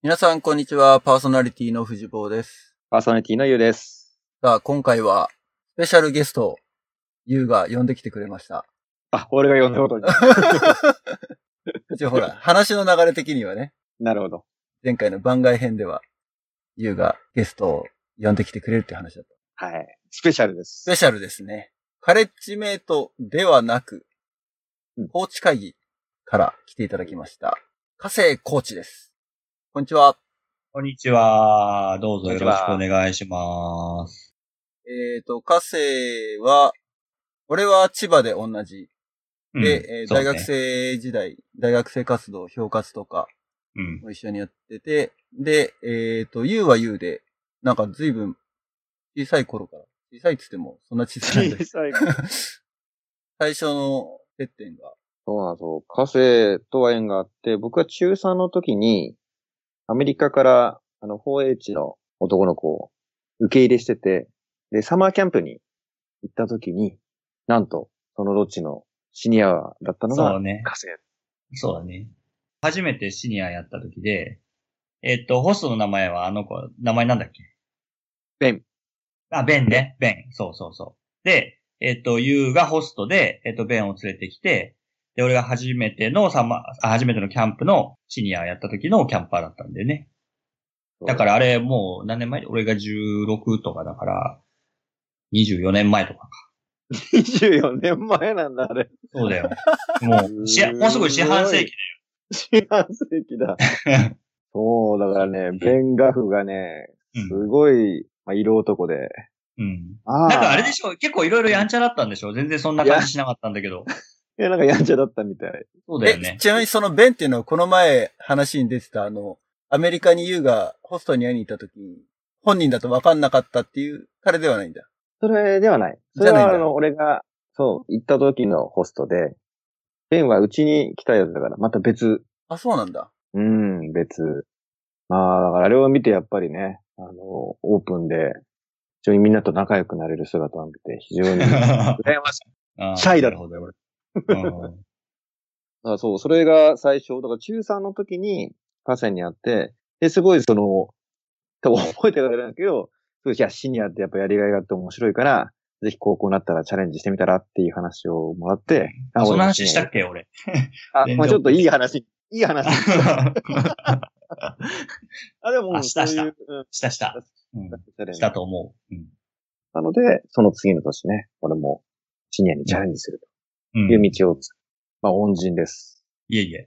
皆さん、こんにちは。パーソナリティの藤坊です。 パーソナリティのゆうです。 さあ、今回は、スペシャルゲスト、ゆうが呼んできてくれました。 あ、俺が呼んだことに。 一応ほら、話の流れ的にはね。 なるほど。 前回の番外編では、ゆうがゲストを呼んできてくれるって話だった。 はい。スペシャルです。 スペシャルですね。カレッジメイトではなく、コーチ会議から来ていただきました。加瀬コーチです。こんにちは。 こんにちは。どうぞよろしくお願いします。 加瀬は、俺は千葉で同じ。で、大学生時代、大学生活動、評活とか、一緒にやってて、で、ゆうはゆうで、なんか随分、小さい頃から、小さいって言っても、そんな小さい。 小さい。 最初の接点が。 そうなんですよ。加瀬とは縁があって、僕は中3の時に、アメリカから、4H の男の子を受け入れしてて、で、サマーキャンプに行った時に、なんと、そのロッチのシニアだったのが、加瀬。 そうだね。初めてシニアやった時で、ホストの名前は名前なんだっけ？ ベン。 あ、ベンね。ベン。そう。で、ユーがホストで、ベンを連れてきて、で、俺が初めてのキャンプのシニアやった時のキャンパーだったんだよね。だからあれもう何年前？俺が16とかだから、24年前とかか。 24年前なんだ、あれ。 そうだよ。もうすぐ四半世紀だよ。 四半世紀だ。そう、だからね、ベンガフがね、すごい、色男で。 なんかあれでしょ？結構いろいろやんちゃだったんでしょ？全然そんな感じしなかったんだけど。 いや、なんかやんちゃだったみたい。 そうだよね。 ちなみにそのベンっていうのはこの前話に出てたアメリカにユーがホストに会いに行った時に、本人だと分かんなかったっていう彼ではないんだ。 それではない。それは俺が、行った時のホストで、ベンはうちに来たやつだから、また別。 あ、そうなんだ。 別。まあ、だからあれを見てやっぱりね、オープンで、非常にみんなと仲良くなれる姿を見て、非常に、羨ましい。シャイだろうね、俺。そう、それが最初、だから中3の時に、加瀬に会って、で、すごい多分覚えてるわけなんだけど、いや、シニアってやっぱやりがいがあって面白いから、ぜひ高校になったらチャレンジしてみたらっていう話をもらって。 そんな話したっけ、俺。 まあちょっといい話。でも、 した。したと思う。 なので、その次の年ね、俺もシニアにチャレンジするという道を、まあ、恩人です。 いえ。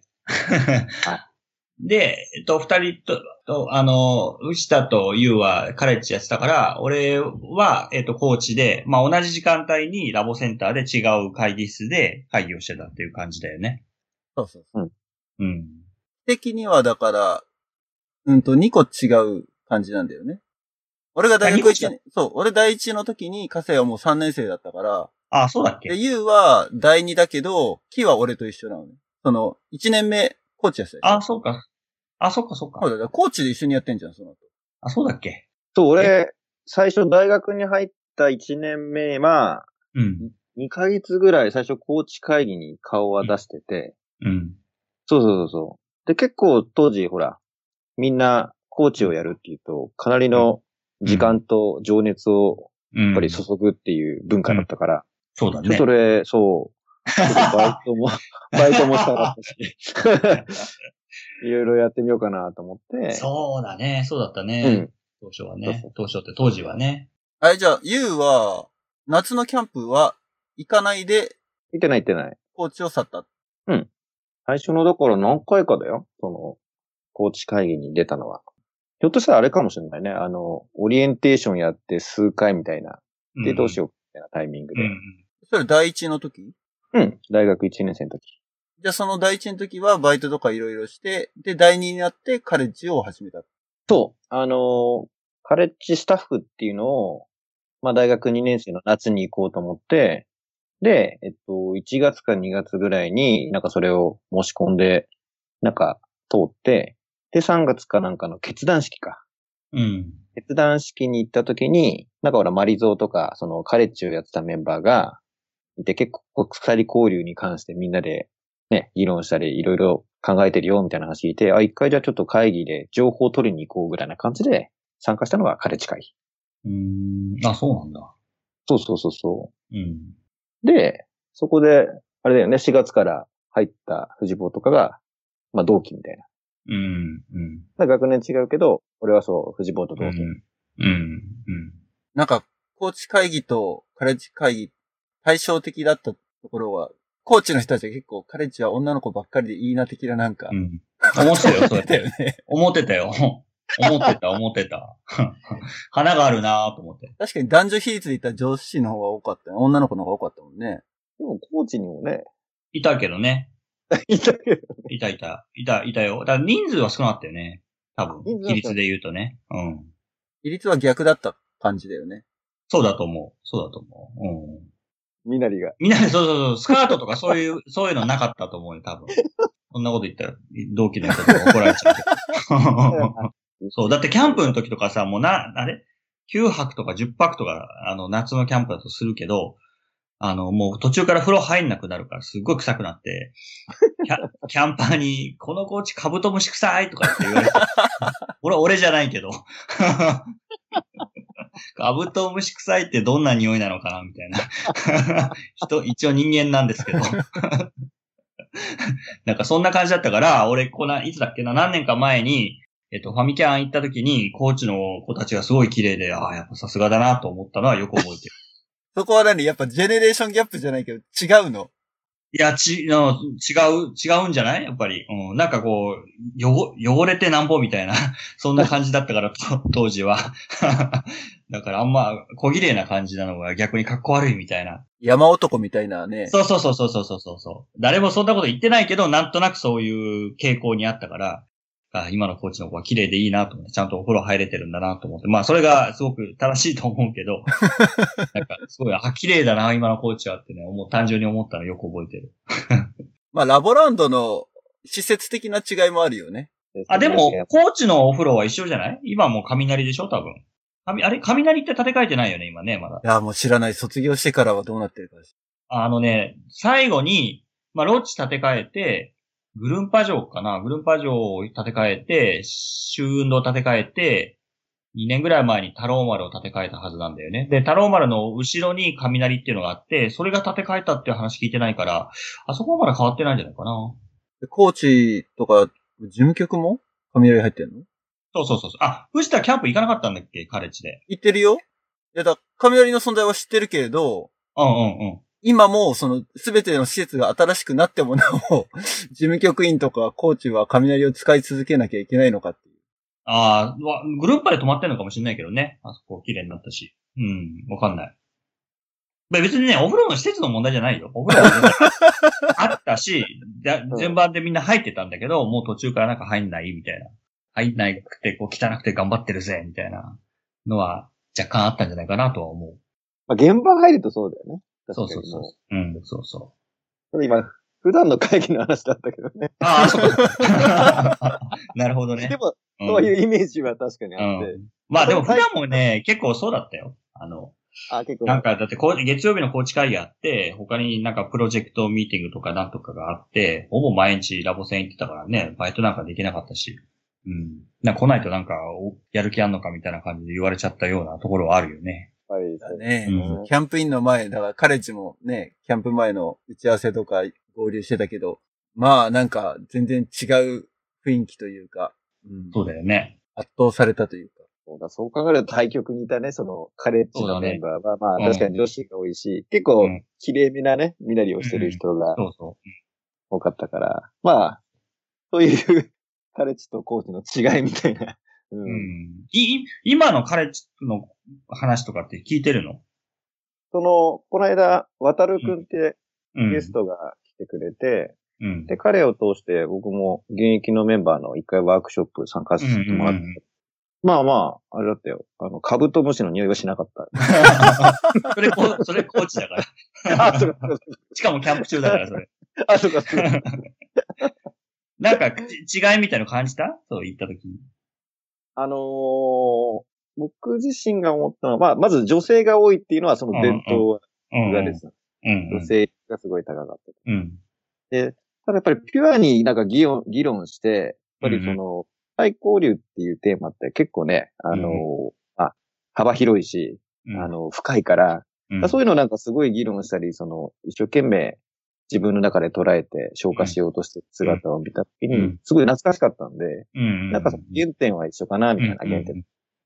で、二人と、牛田とユウはカレッジやってたから、俺は、コーチで、まあ、同じ時間帯にラボセンターで違う会議室で会議をしてたっていう感じだよね。 そう。的にはだから、2個違う感じなんだよね。俺が大学1年、俺第1の時に加瀬はもう3年生だったから。 あ、そうだっけ？ で、ユウは第2だけど、キは俺と一緒なのね。1年目、コーチやってた。 あ、そうか。 そうだ、コーチで一緒にやってんじゃん、その後。 あ、そうだっけ？ そう、俺、最初大学に入った1年目は、2ヶ月ぐらい最初コーチ会議に顔は出してて、そう。で、結構当時、ほら、みんなコーチをやるっていうと、かなりの時間と情熱をやっぱり注ぐっていう文化だったから、 そうだね。 それ、バイトもしたかったし、いろいろやってみようかなと思って。 そうだね、そうだったね。当初って当時はね。 じゃあ、ユウは、夏のキャンプは行かないで、 行ってない。 コーチを去った。 最初のだから何回かだよ。コーチ会議に出たのは。ひょっとしたらあれかもしれないね。オリエンテーションやって数回みたいな。で、どうしようみたいなタイミングで。 それ第一の時？ 大学1年生の時。 じゃあその第一の時はバイトとかいろいろして、で、第二になってカレッジを始めた。 そう。カレッジスタッフっていうのを、まあ大学2年生の夏に行こうと思って、で、1月か2月ぐらいになんかそれを申し込んで、なんか通って、で、3月かなんかの決断式か。決断式に行った時に、なんかほら、マリゾーとか、そのカレッジをやってたメンバーがいて、結構国際交流に関してみんなでね、議論したり、いろいろ考えてるよ、みたいな話聞いて、一回じゃあちょっと会議で情報を取りに行こうぐらいな感じで参加したのがカレッジ会議。 そうなんだ。 そう。で、そこで、あれだよね、4月から入った藤坊とかが、まあ同期みたいな。学年違うけど、俺はそう、藤坊と同期。 なんか、コーチ会議とカレッジ会議、対照的だったところは、コーチの人たちは結構、カレッジは女の子ばっかりでいいな的ななんか。 思ってたよ、そうやって。思ってたよ。思ってた。花があるなと思って。 確かに男女比率で言ったら女子の方が多かったね。女の子の方が多かったもんね。 でも、コーチにもね。 いたけどね。いたよ。だから人数は少なかったよね。多分。比率で言うとね。 比率は逆だった感じだよね。 そうだと思う。 みなりが。 そう。スカートとかそういうのなかったと思うよ、多分。そんなこと言ったら、同期の人とか怒られちゃうけど。そう、だってキャンプの時とかさ、もう9泊とか10泊とか、夏のキャンプだとするけど、もう途中から風呂入んなくなるからすっごい臭くなって、キャンパーに、このコーチカブトムシ臭いとかって言われて、俺じゃないけど。カブトムシ臭いってどんな匂いなのかなみたいな。一応人間なんですけど。なんかそんな感じだったから、俺、いつだっけな、何年か前に、ファミキャン行った時に、コーチの子たちがすごい綺麗で、やっぱさすがだなと思ったのはよく覚えてる。 そこはやっぱジェネレーションギャップじゃないけど、違うの？ いや、違うんじゃないやっぱり。なんかこう、汚れてなんぼみたいな、そんな感じだったから、当時は。だからあんま、小綺麗な感じなのが逆にかっこ悪いみたいな。 山男みたいなね。 そう。誰もそんなこと言ってないけど、なんとなくそういう傾向にあったから、今のコーチの子は綺麗でいいなと思って、ちゃんとお風呂入れてるんだなと思って。まあ、それがすごく正しいと思うけど、なんか、すごい、綺麗だな、今のコーチはってね、単純に思ったのよく覚えてる。 まあ、ラボランドの施設的な違いもあるよね。 でも、コーチのお風呂は一緒じゃない？今もう雷でしょ多分。雷って建て替えてないよね、今ね、まだ。 いや、もう知らない。卒業してからはどうなってるかです。 最後に、まあ、ロッジ建て替えて、グルンパ城を建て替えて、周運動を建て替えて、2年ぐらい前に太郎丸を建て替えたはずなんだよね。で、太郎丸の後ろに雷っていうのがあって、それが建て替えたっていう話聞いてないから、あそこはまだ変わってないんじゃないかな。 コーチとか、事務局も雷入ってんの？ そう。藤田キャンプ行かなかったんだっけカレッジで。 行ってるよ。いや雷の存在は知ってるけれど、今も、すべての施設が新しくなってもなお、事務局員とかコーチは雷を使い続けなきゃいけないのかっていう。 グループで止まってんのかもしれないけどね。あそこ綺麗になったし。わかんない。別にね、お風呂の施設の問題じゃないよ。お風呂はあったし、順番でみんな入ってたんだけど、もう途中からなんか入んないみたいな。入んなくて、汚くて頑張ってるぜ、みたいなのは若干あったんじゃないかなとは思う。 まあ、現場入るとそうだよね。 そう。そう。 今、普段の会議の話だったけどね。 そうなるほどね。 でも、そういうイメージは確かにあって。 まあでも普段もね、結構そうだったよ。 結構。 なんか、だって月曜日のコーチ会議あって、他になんかプロジェクトミーティングとかなんとかがあって、ほぼ毎日ラボ戦行ってたからね、バイトなんかできなかったし。来ないとなんか、やる気あんのかみたいな感じで言われちゃったようなところはあるよね。 はい。 だね、キャンプインの前、だからカレッジもね、キャンプ前の打ち合わせとか合流してたけど、まあなんか全然違う雰囲気というか、 そうだよね。 圧倒されたというか。 そう考えると対局にいたね、カレッジのメンバーは、まあ確かに女子が多いし、結構綺麗めなね、身なりをしてる人が多かったから、まあ、そういうカレッジとコーチの違いみたいな。 今のカレッジの話とかって聞いてるの？ この間、渡るくんってゲストが来てくれて、で、彼を通して僕も現役のメンバーの一回ワークショップ参加させてもらって、まあ、あれだったよ。カブトムシの匂いはしなかった。 それコーチだから。しかもキャンプ中だから、それ。 そうか。 なんか、違いみたいなの感じた？そう言ったときに。 僕自身が思ったのは、まず女性が多いっていうのはその伝統がです。女性がすごい高かった。で、 ただやっぱりピュアになんか議論して、やっぱりその、対交流っていうテーマって結構ね、幅広いし、深いから、そういうのなんかすごい議論したり、その、一生懸命自分の中で捉えて消化しようとしてる姿を見たときに、すごい懐かしかったんで、なんか原点は一緒かな、みたいな原点。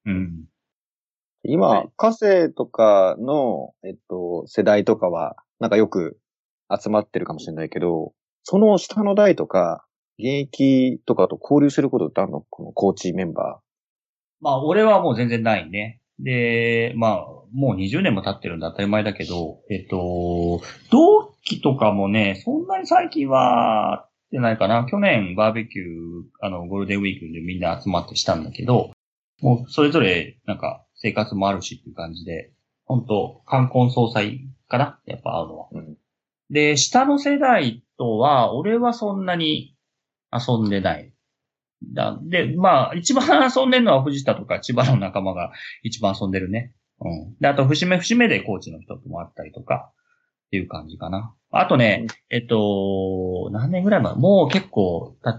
今、火星とかの、世代とかは、なんかよく集まってるかもしれないけど、その下の代とか、現役とかと交流することってあるの？このコーチメンバー。 まあ、俺はもう全然ないね。で、まあ、もう20年も経ってるんだ当たり前だけど、同期とかもね、そんなに最近は、ってないかな。去年バーベキュー、ゴールデンウィークでみんな集まってしたんだけど、もうそれぞれなんか生活もあるしっていう感じで、本当冠婚葬祭かなやっぱ会うのは。で、下の世代とは、俺はそんなに遊んでない。で、まあ、一番遊んでるのは藤田とか千葉の仲間が一番遊んでるね。で、あと、節目でコーチの人とも会ったりとか、っていう感じかな。あとね、何年ぐらい前もう結構経って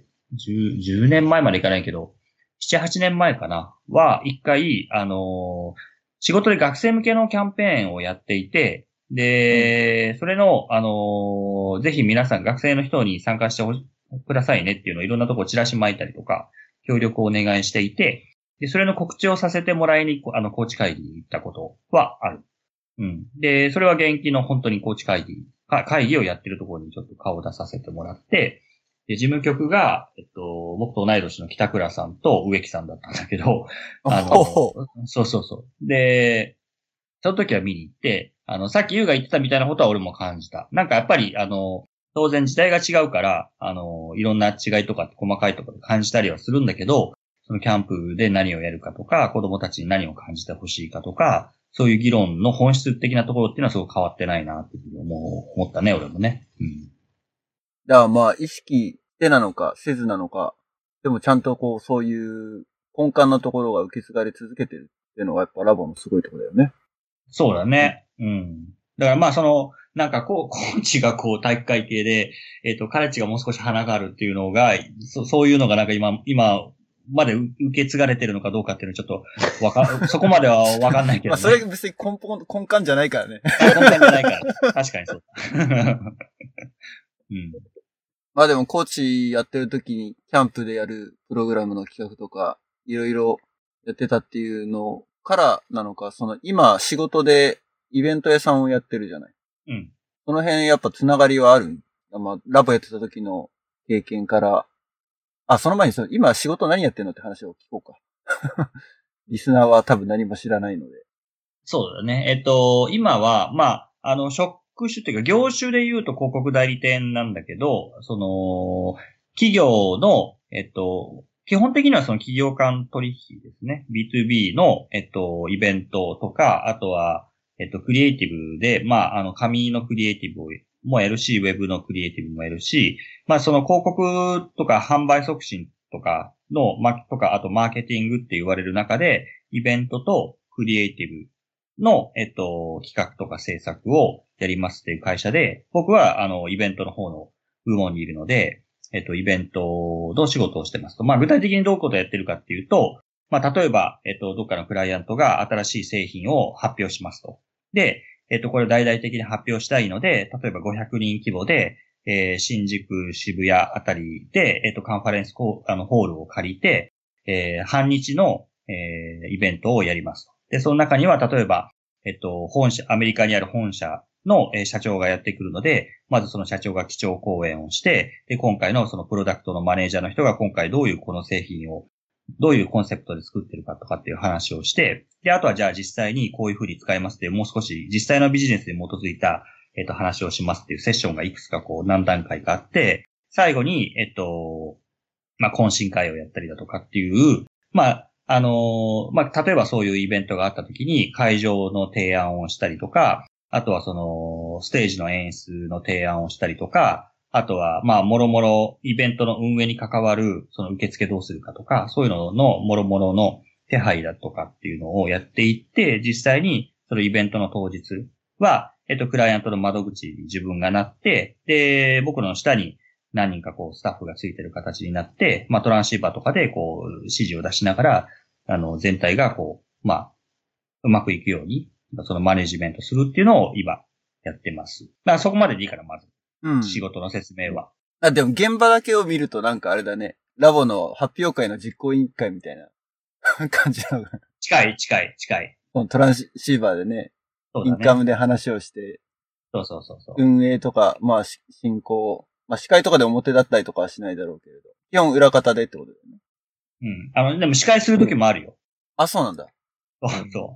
、10年前までいかないけど、7、8年前かなは、一回、仕事で学生向けのキャンペーンをやっていて、で、それの、ぜひ皆さん学生の人に参加してくださいねっていうのをいろんなところチラシ巻いたりとか、協力をお願いしていて、で、それの告知をさせてもらいに、コーチ会議に行ったことはある。で、それは現役の本当にコーチ会議をやってるところにちょっと顔を出させてもらって、で、事務局が、僕と同い年の北倉さんと植木さんだったんだけど、そう。で、その時は見に行って、さっき優が言ってたみたいなことは俺も感じた。なんかやっぱり、当然時代が違うから、いろんな違いとか細かいところ感じたりはするんだけど、そのキャンプで何をやるかとか、子供たちに何を感じてほしいかとか、そういう議論の本質的なところっていうのはすごく変わってないなっていうふうに思ったね、俺もね。 だからまあ、意識してなのか、せずなのか、でもちゃんとこう、そういう根幹のところが受け継がれ続けてるっていうのがやっぱラボのすごいところだよね。 そうだね。だからまあなんかコーチが体育会系で、カレッジがもう少し花があるっていうのが、そういうのがなんか今まで受け継がれてるのかどうかっていうのはちょっとそこまではわかんないけど、ね。 まあそれ別に根幹じゃないからね。 根幹じゃないから。確かにそう。 まあでもコーチやってる時にキャンプでやるプログラムの企画とか、いろいろやってたっていうのからなのか、今仕事でイベント屋さんをやってるじゃない。その辺やっぱつながりはある。まあ、ラボやってた時の経験から。その前に今仕事何やってんのって話を聞こうか。リスナーは多分何も知らないので。 そうだね。今は、まあ、職種っていうか業種で言うと広告代理店なんだけど、企業の、基本的にはその企業間取引ですね。B2B の、イベントとか、あとは、クリエイティブで、まあ、紙のクリエイティブもやるし、ウェブのクリエイティブもやるし、まあ、その広告とか販売促進とかとか、あとマーケティングって言われる中で、イベントとクリエイティブの、企画とか制作をやりますっていう会社で、僕は、イベントの方の部門にいるので、イベントの仕事をしてますと。まあ、具体的にどういうことをやってるかっていうと、まあ、例えば、どっかのクライアントが新しい製品を発表しますと。で、これ大々的に発表したいので、例えば500人規模で、新宿、渋谷あたりで、カンファレンスホールを借りて、半日の、イベントをやりますと。で、その中には、例えば、アメリカにある本社の、社長がやってくるので、まずその社長が基調講演をして、で、今回のそのプロダクトのマネージャーの人が今回どういうこの製品をどういうコンセプトで作ってるかとかっていう話をして、で、あとはじゃあ実際にこういうふうに使いますっていう、もう少し実際のビジネスに基づいた、話をしますっていうセッションがいくつか何段階かあって、最後に、まあ、懇親会をやったりだとかっていう、まあ、まあ、例えばそういうイベントがあった時に会場の提案をしたりとか、あとはステージの演出の提案をしたりとか、あとは、まあ、もろもろイベントの運営に関わる、受付どうするかとか、そういうののもろもろの手配だとかっていうのをやっていって、実際に、そのイベントの当日は、 クライアントの窓口に自分がなって、で、僕の下に何人かこう、スタッフがついてる形になって、まあ、トランシーバーとかでこう、指示を出しながら、全体がこう、まあ、うまくいくように、そのマネジメントするっていうのを今、やってます。まあ、そこまででいいから、まず。うん。仕事の説明は。 でも現場だけを見るとなんかあれだね。ラボの発表会の実行委員会みたいな感じなのかな。 近い。 このトランシーバーでね、インカムで話をして、 そう。 運営とか、まあ、進行、まあ、司会とかで表だったりとかはしないだろうけれど。基本裏方でってことだよね。でも司会するときもあるよ。 あ、そうなんだ。 そう。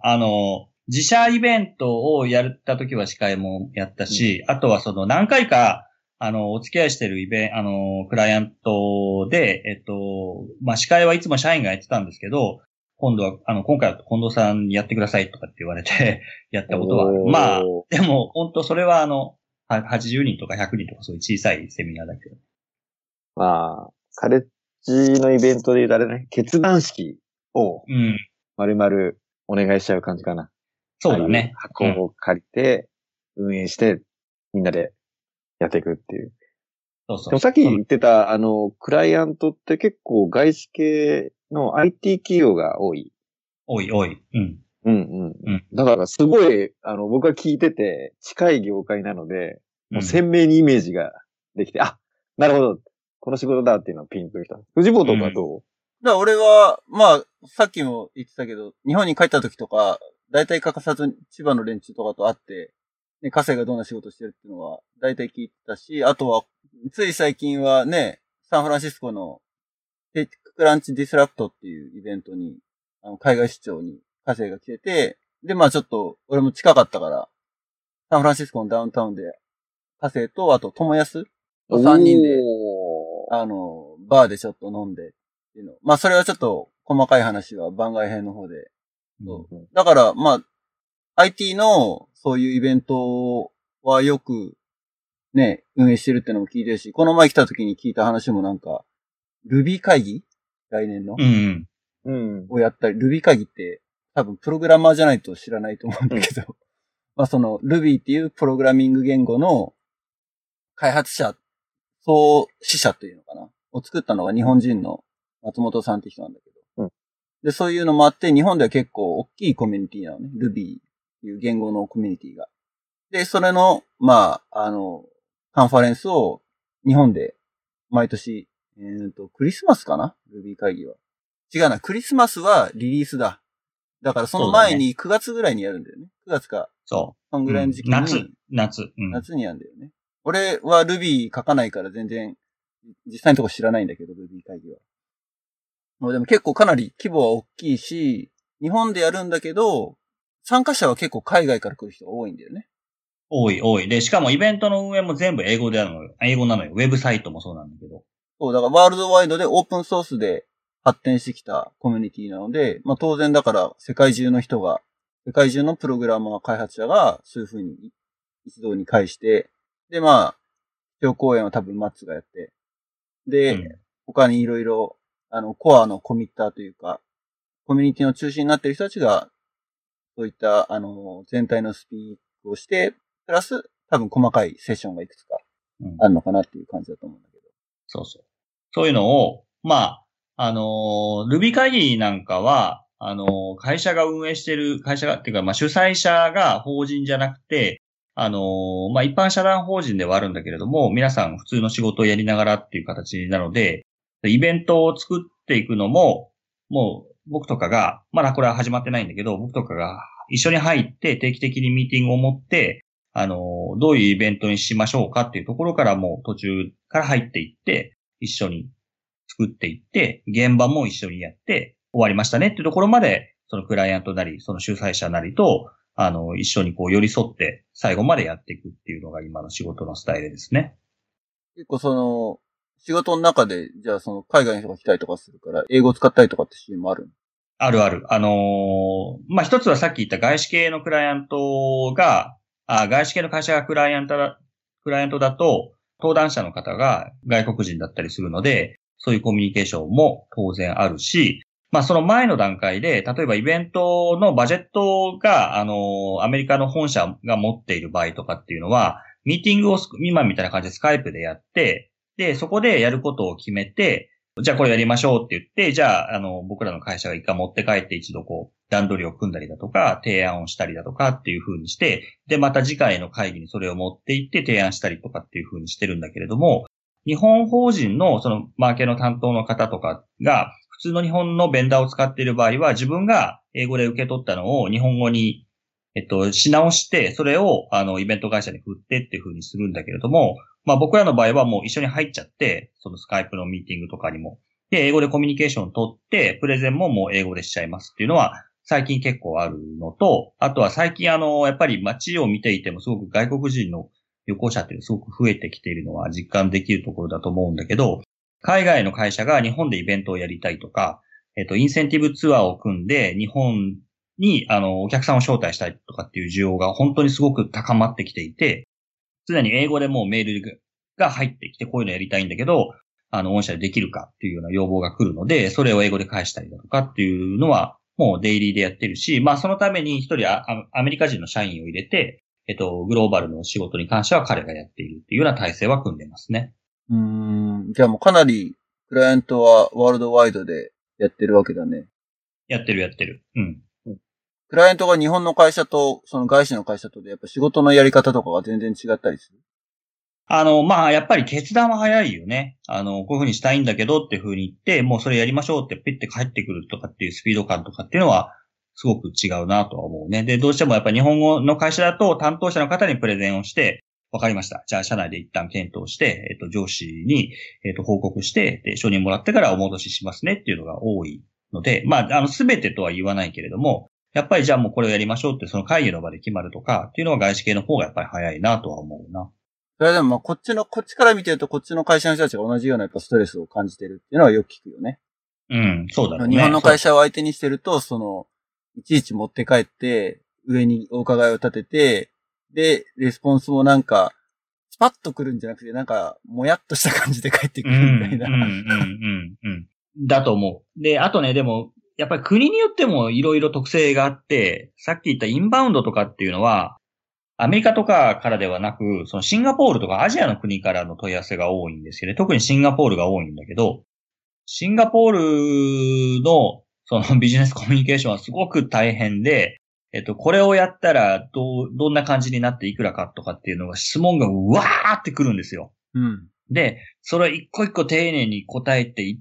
自社イベントをやったときは司会もやったし、あとはその何回か、お付き合いしてるクライアントで、まあ、司会はいつも社員がやってたんですけど、今回は近藤さんにやってくださいとかって言われて、やったことはある。まあ、でも、本当それは80人とか100人とかそういう小さいセミナーだけど。 まあ、カレッジのイベントで言うとあれね、決断式を、丸々お願いしちゃう感じかな。 そうだね。 箱を借りて、運営して、みんなでやっていくっていう。そう。でもさっき言ってた、クライアントって結構外資系の IT 企業が多い。 多い。うん。 だからすごい、僕が聞いてて近い業界なので、もう鮮明にイメージができて、あ、なるほど。この仕事だっていうのはピンときた。藤本とかどう？ だから俺は、まあ、さっきも言ってたけど、日本に帰った時とか、大体欠かさず千葉の連中とかと会って、ね、加瀬がどんな仕事してるっていうのは大体聞いたし、あとは、つい最近はね、サンフランシスコのテックランチディスラプトっていうイベントに、海外出張に加瀬が来てて、で、まあちょっと、俺も近かったから、サンフランシスコのダウンタウンで、加瀬と、あと、友安と3人で、バーでちょっと飲んでっていうの。まあそれはちょっと細かい話は番外編の方で。だから、まあ、IT のそういうイベントはよくね、運営してるってのも聞いてるし、この前来た時に聞いた話もなんか、Ruby 会議来年の。をやったり、Ruby 会議って多分プログラマーじゃないと知らないと思うんだけど、まあその Ruby っていうプログラミング言語の開発者、創始者っていうのかなを作ったのが日本人の松本さんって人なんだけど。で、そういうのもあって、日本では結構大きいコミュニティなのね。Ruby っていう言語のコミュニティが。で、それの、まあ、カンファレンスを日本で毎年、クリスマスかな ?Ruby 会議は。違うな、クリスマスはリリースだ。だからその前に9月ぐらいにやるんだよね。9月か。 そう。 そんぐらいの時期に。 夏。 夏にやるんだよね。俺は Ruby 書かないから全然、実際のとこ知らないんだけど、Ruby 会議は。でも結構かなり規模は大きいし、日本でやるんだけど、参加者は結構海外から来る人が多いんだよね。 多い。で、しかもイベントの運営も全部英語なのよ。ウェブサイトもそうなんだけど。 そう、だからワールドワイドでオープンソースで発展してきたコミュニティなので、まあ当然だから世界中のプログラマー開発者がそういう風に一堂に会して、でまあ、基調講演は多分マッツがやって、で、他にいろいろコアのコミッターというか、コミュニティの中心になっている人たちが、そういった、全体のスピークをして、プラス、多分細かいセッションがいくつかあるのかなっていう感じだと思うんだけど。 そう。そういうのを、まあ、Ruby 会議なんかは、会社が運営してる、会社が、っていうか、まあ、主催者が法人じゃなくて、まあ、一般社団法人ではあるんだけれども、皆さん普通の仕事をやりながらっていう形なので、イベントを作っていくのも、もう僕とかが、まだこれは始まってないんだけど、僕とかが一緒に入って定期的にミーティングを持って、どういうイベントにしましょうかっていうところからもう途中から入っていって、一緒に作っていって、現場も一緒にやって終わりましたねっていうところまで、そのクライアントなり、その主催者なりと、一緒にこう寄り添って最後までやっていくっていうのが今の仕事のスタイルですね。 結構仕事の中で、じゃあ海外の人が来たりとかするから、英語使ったりとかってシーンもある？ ある。まあ、一つはさっき言った外資系のクライアントが、外資系の会社がクライアントだと、登壇者の方が外国人だったりするので、そういうコミュニケーションも当然あるし、 まあその前の段階で、例えばイベントのバジェットが、アメリカの本社が持っている場合とかっていうのは、ミーティングを今みたいな感じでスカイプでやって、で、そこでやることを決めて、じゃあこれやりましょうって言って、じゃあ、僕らの会社が一回持って帰って一度こう、段取りを組んだりだとか、提案をしたりだとかっていう風にして、で、また次回の会議にそれを持って行って提案したりとかっていう風にしてるんだけれども、日本法人のそのマーケの担当の方とかが、普通の日本のベンダーを使っている場合は、自分が英語で受け取ったのを日本語に、し直して、それを、イベント会社に振ってっていう風にするんだけれども、まあ僕らの場合はもう一緒に入っちゃって、そのスカイプのミーティングとかにも。で、英語でコミュニケーションを取って、プレゼンももう英語でしちゃいますっていうのは、最近結構あるのと、あとは最近やっぱり街を見ていてもすごく外国人の旅行者っていうのすごく増えてきているのは実感できるところだと思うんだけど、海外の会社が日本でイベントをやりたいとか、インセンティブツアーを組んで日本に、お客さんを招待したいとかっていう需要が本当にすごく高まってきていて、常に英語でもうメールが入ってきてこういうのやりたいんだけど、御社でできるかっていうような要望が来るので、それを英語で返したりだとかっていうのは、もうデイリーでやってるし、まあそのために一人アメリカ人の社員を入れて、グローバルの仕事に関しては彼がやっているっていうような体制は組んでますね。 じゃあもうかなりクライアントはワールドワイドでやってるわけだね。 やってる。うん。 クライアントが日本の会社と、その外資の会社とでやっぱ仕事のやり方とかが全然違ったりする？ まあ、やっぱり決断は早いよね。こういう風にしたいんだけどっていう風に言って、もうそれやりましょうってピッて帰ってくるとかっていうスピード感とかっていうのは、すごく違うなとは思うね。で、どうしてもやっぱり日本語の会社だと担当者の方にプレゼンをして、わかりました。じゃあ社内で一旦検討して、上司に、報告して、で、承認もらってからお戻ししますねっていうのが多いので、まあ、すべてとは言わないけれども、やっぱりじゃあもうこれをやりましょうってその会議の場で決まるとかっていうのは外資系の方がやっぱり早いなとは思うな。 それでもまあこっちから見てるとこっちの会社の人たちが同じようなやっぱストレスを感じてるっていうのはよく聞くよね。 うん、そうだろうね。 日本の会社を相手にしてると、いちいち持って帰って、上にお伺いを立てて、で、レスポンスもなんか、スパッと来るんじゃなくて、なんか、もやっとした感じで帰ってくるみたいな。 だと思う。で、あとね、でも、やっぱり国によってもいろいろ特性があって、さっき言ったインバウンドとかっていうのは、アメリカとかからではなく、そのシンガポールとかアジアの国からの問い合わせが多いんですよね。特にシンガポールが多いんだけど、シンガポールのそのビジネスコミュニケーションはすごく大変で、これをやったらどんな感じになっていくらかとかっていうのが質問がうわーってくるんですよ。 うん。 で、それを一個一個丁寧に答えていって、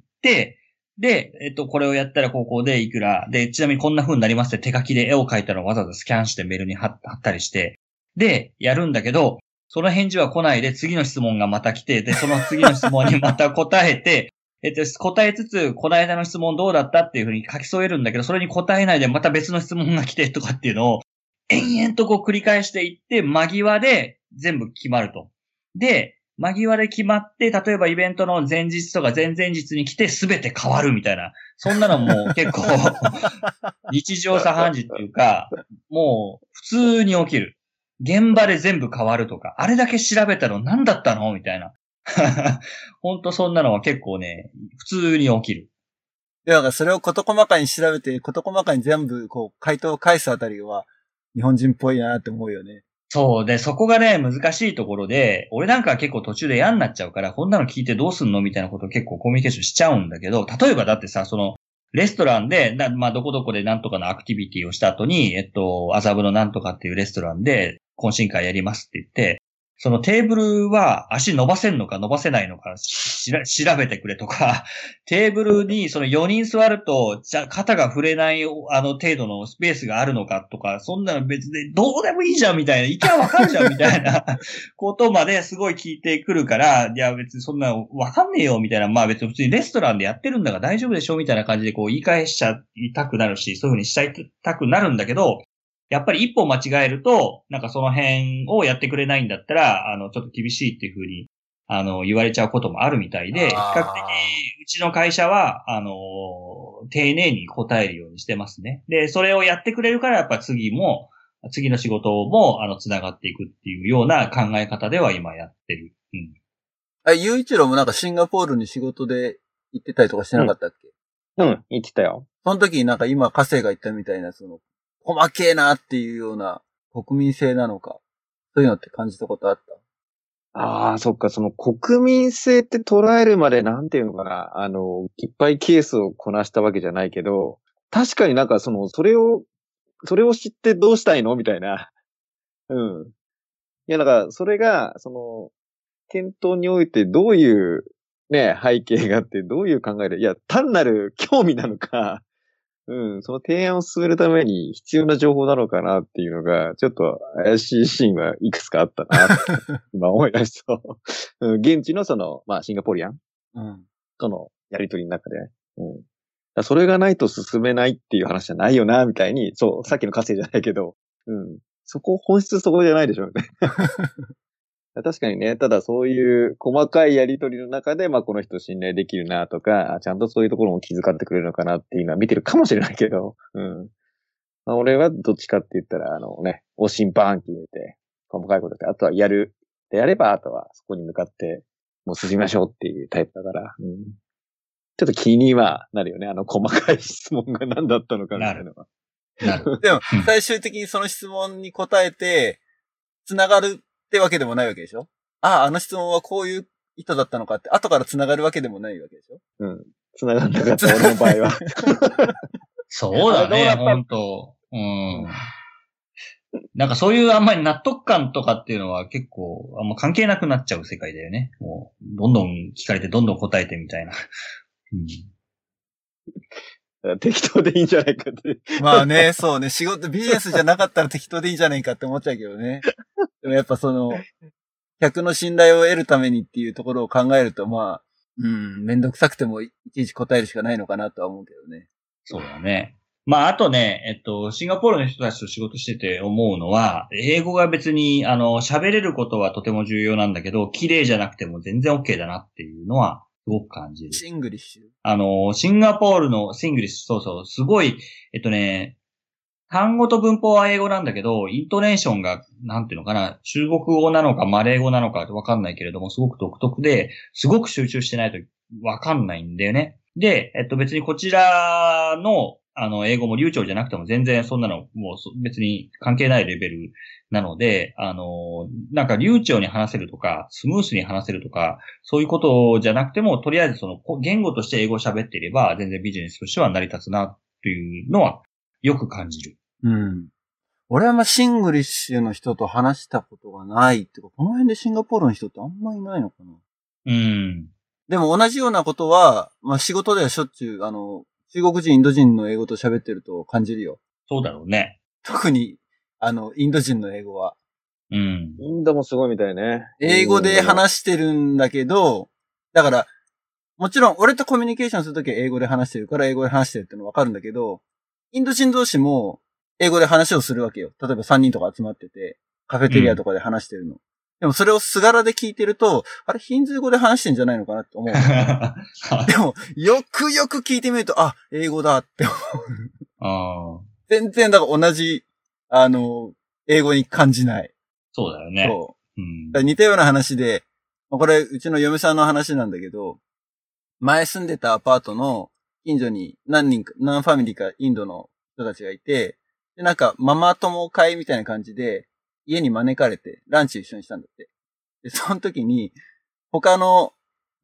で、これをやったら高校でいくら、で、ちなみにこんな風になりますって手書きで絵を描いたのをわざわざスキャンしてメールに貼ったりして、で、やるんだけど、その返事は来ないで次の質問がまた来て、で、その次の質問にまた答えて、答えつつ、この間の質問どうだったっていう風に書き添えるんだけど、それに答えないでまた別の質問が来てとかっていうのを、延々とこう繰り返していって、間際で全部決まると。で、間際で決まって、例えばイベントの前日とか前々日に来て全て変わるみたいな。そんなのも結構、日常茶飯事っていうか、もう普通に起きる。現場で全部変わるとか、あれだけ調べたの何だったのみたいな。ほんとそんなのは結構ね、普通に起きる。 で、なんかそれを事細かに調べて、事細かに全部こう回答を返すあたりは日本人っぽいなって思うよね。 そうで、そこがね、難しいところで、俺なんかは結構途中で嫌になっちゃうから、こんなの聞いてどうすんのみたいなことを結構コミュニケーションしちゃうんだけど、例えばだってさ、レストランで、まあ、どこどこでなんとかのアクティビティをした後に、麻布のなんとかっていうレストランで懇親会やりますって言って、そのテーブルは足伸ばせんのか伸ばせないのか調べてくれとか、テーブルにその4人座ると、肩が触れない程度のスペースがあるのかとか、そんなの別でどうでもいいじゃんみたいな、意見わかるじゃんみたいなことまですごい聞いてくるから、いや別にそんなわかんねえよみたいな、まあ別に普通にレストランでやってるんだから大丈夫でしょみたいな感じでこう言い返しちゃいたくなるし、そういうふうにしちゃいたくなるんだけど、やっぱり一歩間違えると、なんかその辺をやってくれないんだったら、ちょっと厳しいっていうふうに、言われちゃうこともあるみたいで、比較的、うちの会社は、丁寧に答えるようにしてますね。で、それをやってくれるから、やっぱ次の仕事も、繋がっていくっていうような考え方では今やってる。うん。 雄一郎もなんかシンガポールに仕事で行ってたりとかしてなかったっけ？ うん、言ってたよ。 その時になんか今、加瀬が言ったみたいな、その、細けえなっていうような国民性なのか、そういうのって感じたことあった？ ああ、そっか、その国民性って捉えるまでなんていうのかな。いっぱいケースをこなしたわけじゃないけど、確かになんかそれを知ってどうしたいのみたいな。うん。いや、だから、それが、検討においてどういうね、背景があってどういう考えで、いや、単なる興味なのか、うん、その提案を進めるために必要な情報なのかなっていうのが、ちょっと怪しいシーンはいくつかあったなって、今思い出すと。うん、現地のまあ、シンガポリアンとのやりとりの中で、それがないと進めないっていう話じゃないよな、みたいに、そう、さっきの火星じゃないけど、本質そこじゃないでしょうね。確かにね、ただそういう細かいやりとりの中で、まあこの人信頼できるなとか、ちゃんとそういうところも気遣ってくれるのかなっていうのは見てるかもしれないけど、まあ、俺はどっちかって言ったら、おしんバーンって入れて、細かいことって、あとはやれば、あとはそこに向かって、もう進みましょうっていうタイプだから、ちょっと気にはなるよね、細かい質問が何だったのかみたいなのは。 なる。 でも、最終的にその質問に答えて、繋がるってわけでもないわけでしょ？あの質問はこういう意図だったのかって、後から繋がるわけでもないわけでしょ？ 繋がんなかった、俺の場合は。 そうだね、ほんと。なんかそういうあんまり納得感とかっていうのは結構あんま関係なくなっちゃう世界だよね。もう、どんどん聞かれてどんどん答えてみたいな。 適当でいいんじゃないかって。 まあね、そうね、ビジネスじゃなかったら適当でいいんじゃないかって思っちゃうけどね。でもやっぱ客の信頼を得るためにっていうところを考えると、まあ、めんどくさくてもいちいち答えるしかないのかなとは思うけどね。 そうだね。まあ、あとね、シンガポールの人たちと仕事してて思うのは、英語が別に、喋れることはとても重要なんだけど、綺麗じゃなくても全然 OK だなっていうのは、すごく感じる。 シングリッシュシンガポールのシングリッシュ、そうそう、すごい、単語と文法は英語なんだけど、イントネーションが、なんていうのかな、中国語なのかマレー語なのかわかんないけれども、すごく独特で、すごく集中してないとわかんないんだよね。で、別にこちらの、英語も流暢じゃなくても全然そんなのもう別に関係ないレベルなので、なんか流暢に話せるとか、スムースに話せるとか、そういうことじゃなくても、とりあえず言語として英語を喋っていれば、全然ビジネスとしては成り立つな、というのは、よく感じる。 俺はシングリッシュの人と話したことがないってか、この辺でシンガポールの人ってあんまいないのかな。でも同じようなことは、まあ仕事ではしょっちゅう、中国人、インド人の英語と喋ってると感じるよ。 そうだろうね。 特に、インド人の英語は。 インドもすごいみたいね。 英語で話してるんだけど、だから、もちろん俺とコミュニケーションするときは英語で話してるから英語で話してるってのわかるんだけど、インド人同士も英語で話をするわけよ。例えば3人とか集まってて、カフェテリアとかで話してるの。でもそれをすがらで聞いてると、あれヒンズー語で話してんじゃないのかなって思う。でも、よくよく聞いてみると、あ、英語だって思う。全然だから同じ、英語に感じない。 そうだよね。 そう。似たような話で、これ、うちの嫁さんの話なんだけど、前住んでたアパートの近所に何ファミリーかインドの人たちがいて、で、なんかママ友会みたいな感じで、家に招かれてランチ一緒にしたんだって。で、その時に、他の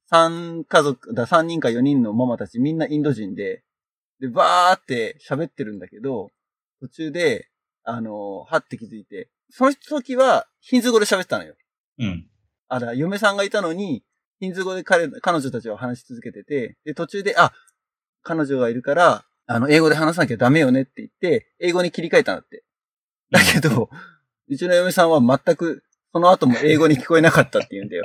3人か4人のママたちみんなインド人で、バーって喋ってるんだけど、途中で、はって気づいて、その時はヒンズー語で喋ってたのよ。嫁さんがいたのに、ヒンズー語で彼女たちは話し続けてて、で、途中で、彼女がいるから、英語で話さなきゃダメよねって言って、英語に切り替えたんだって。だけど、うちの嫁さんは全く、その後も英語に聞こえなかったって言うんだよ。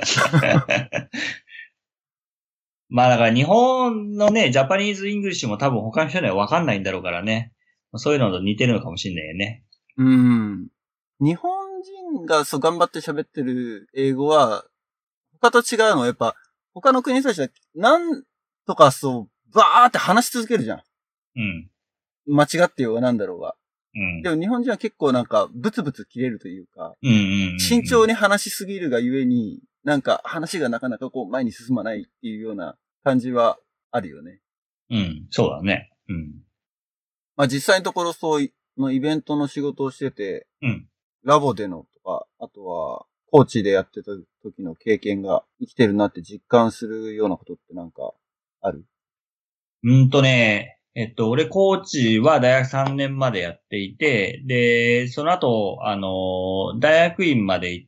まあだから日本のね、ジャパニーズ・イングリッシュも多分他の人には分かんないんだろうからね。そういうのと似てるのかもしれないよね。 日本人が頑張って喋ってる英語は、他と違うのはやっぱ、他の国の人たちは、なんとかバーって話し続けるじゃん。間違ってようがなんだろうが。でも日本人は結構なんか、ブツブツ切れるというか、慎重に話しすぎるがゆえに、なんか話がなかなか前に進まないっていうような感じはあるよね。 うん、そうだね。うん。 まあ実際のところそういうのイベントの仕事をしてて、 うん。 ラボでのとか、あとは、コーチでやってた時の経験が生きてるなって実感するようなことってなんかある？ 俺コーチは大学3年までやっていて、で、その後、大学院まで行って、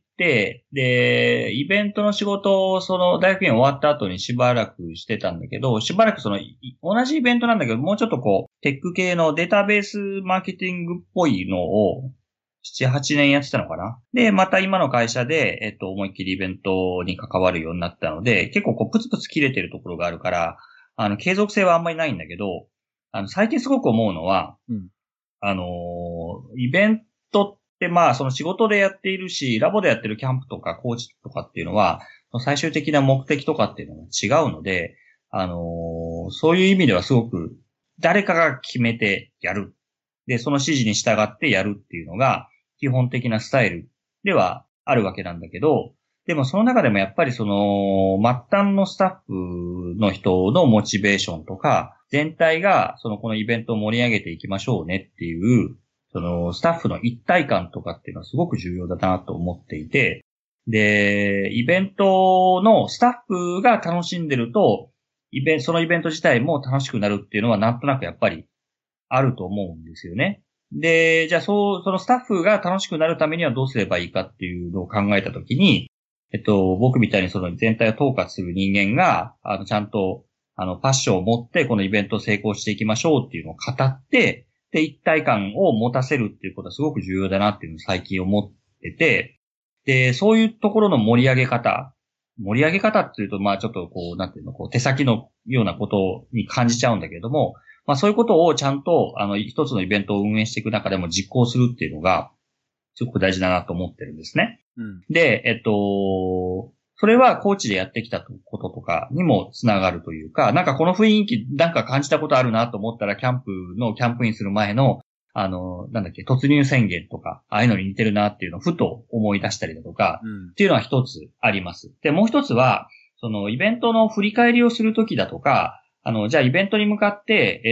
で、イベントの仕事をその大学院終わった後にしばらくしてたんだけど、しばらく同じイベントなんだけど、もうちょっとテック系のデータベースマーケティングっぽいのを、7、8年やってたのかな。で、また今の会社で、思いっきりイベントに関わるようになったので、結構プツプツ切れてるところがあるから、継続性はあんまりないんだけど、最近すごく思うのは、 うん、 イベントってまあ、その仕事でやっているし、ラボでやってるキャンプとかコーチとかっていうのは、最終的な目的とかっていうのが違うので、そういう意味ではすごく、誰かが決めてやる。で、その指示に従ってやるっていうのが、基本的なスタイルではあるわけなんだけど、でもその中でもやっぱり末端のスタッフの人のモチベーションとか、全体がこのイベントを盛り上げていきましょうねっていう、スタッフの一体感とかっていうのはすごく重要だなと思っていて、で、イベントのスタッフが楽しんでると、そのイベント自体も楽しくなるっていうのはなんとなくやっぱりあると思うんですよね。で、じゃあそのスタッフが楽しくなるためにはどうすればいいかっていうのを考えたときに、僕みたいにその全体を統括する人間が、ちゃんと、パッションを持ってこのイベントを成功していきましょうっていうのを語って、で、一体感を持たせるっていうことはすごく重要だなっていうのを最近思ってて、で、そういうところの盛り上げ方っていうと、まあちょっとなんていうの、手先のようなことに感じちゃうんだけれども、まあそういうことをちゃんと、一つのイベントを運営していく中でも実行するっていうのが、すごく大事だなと思ってるんですね。 うん、 で、それはコーチでやってきたこととかにもつながるというか、なんかこの雰囲気なんか感じたことあるなと思ったら、キャンプインする前の、突入宣言とか、ああいうのに似てるなっていうのをふと思い出したりだとか、っていうのは一つあります。で、もう一つは、イベントの振り返りをするときだとか、じゃあイベントに向かって、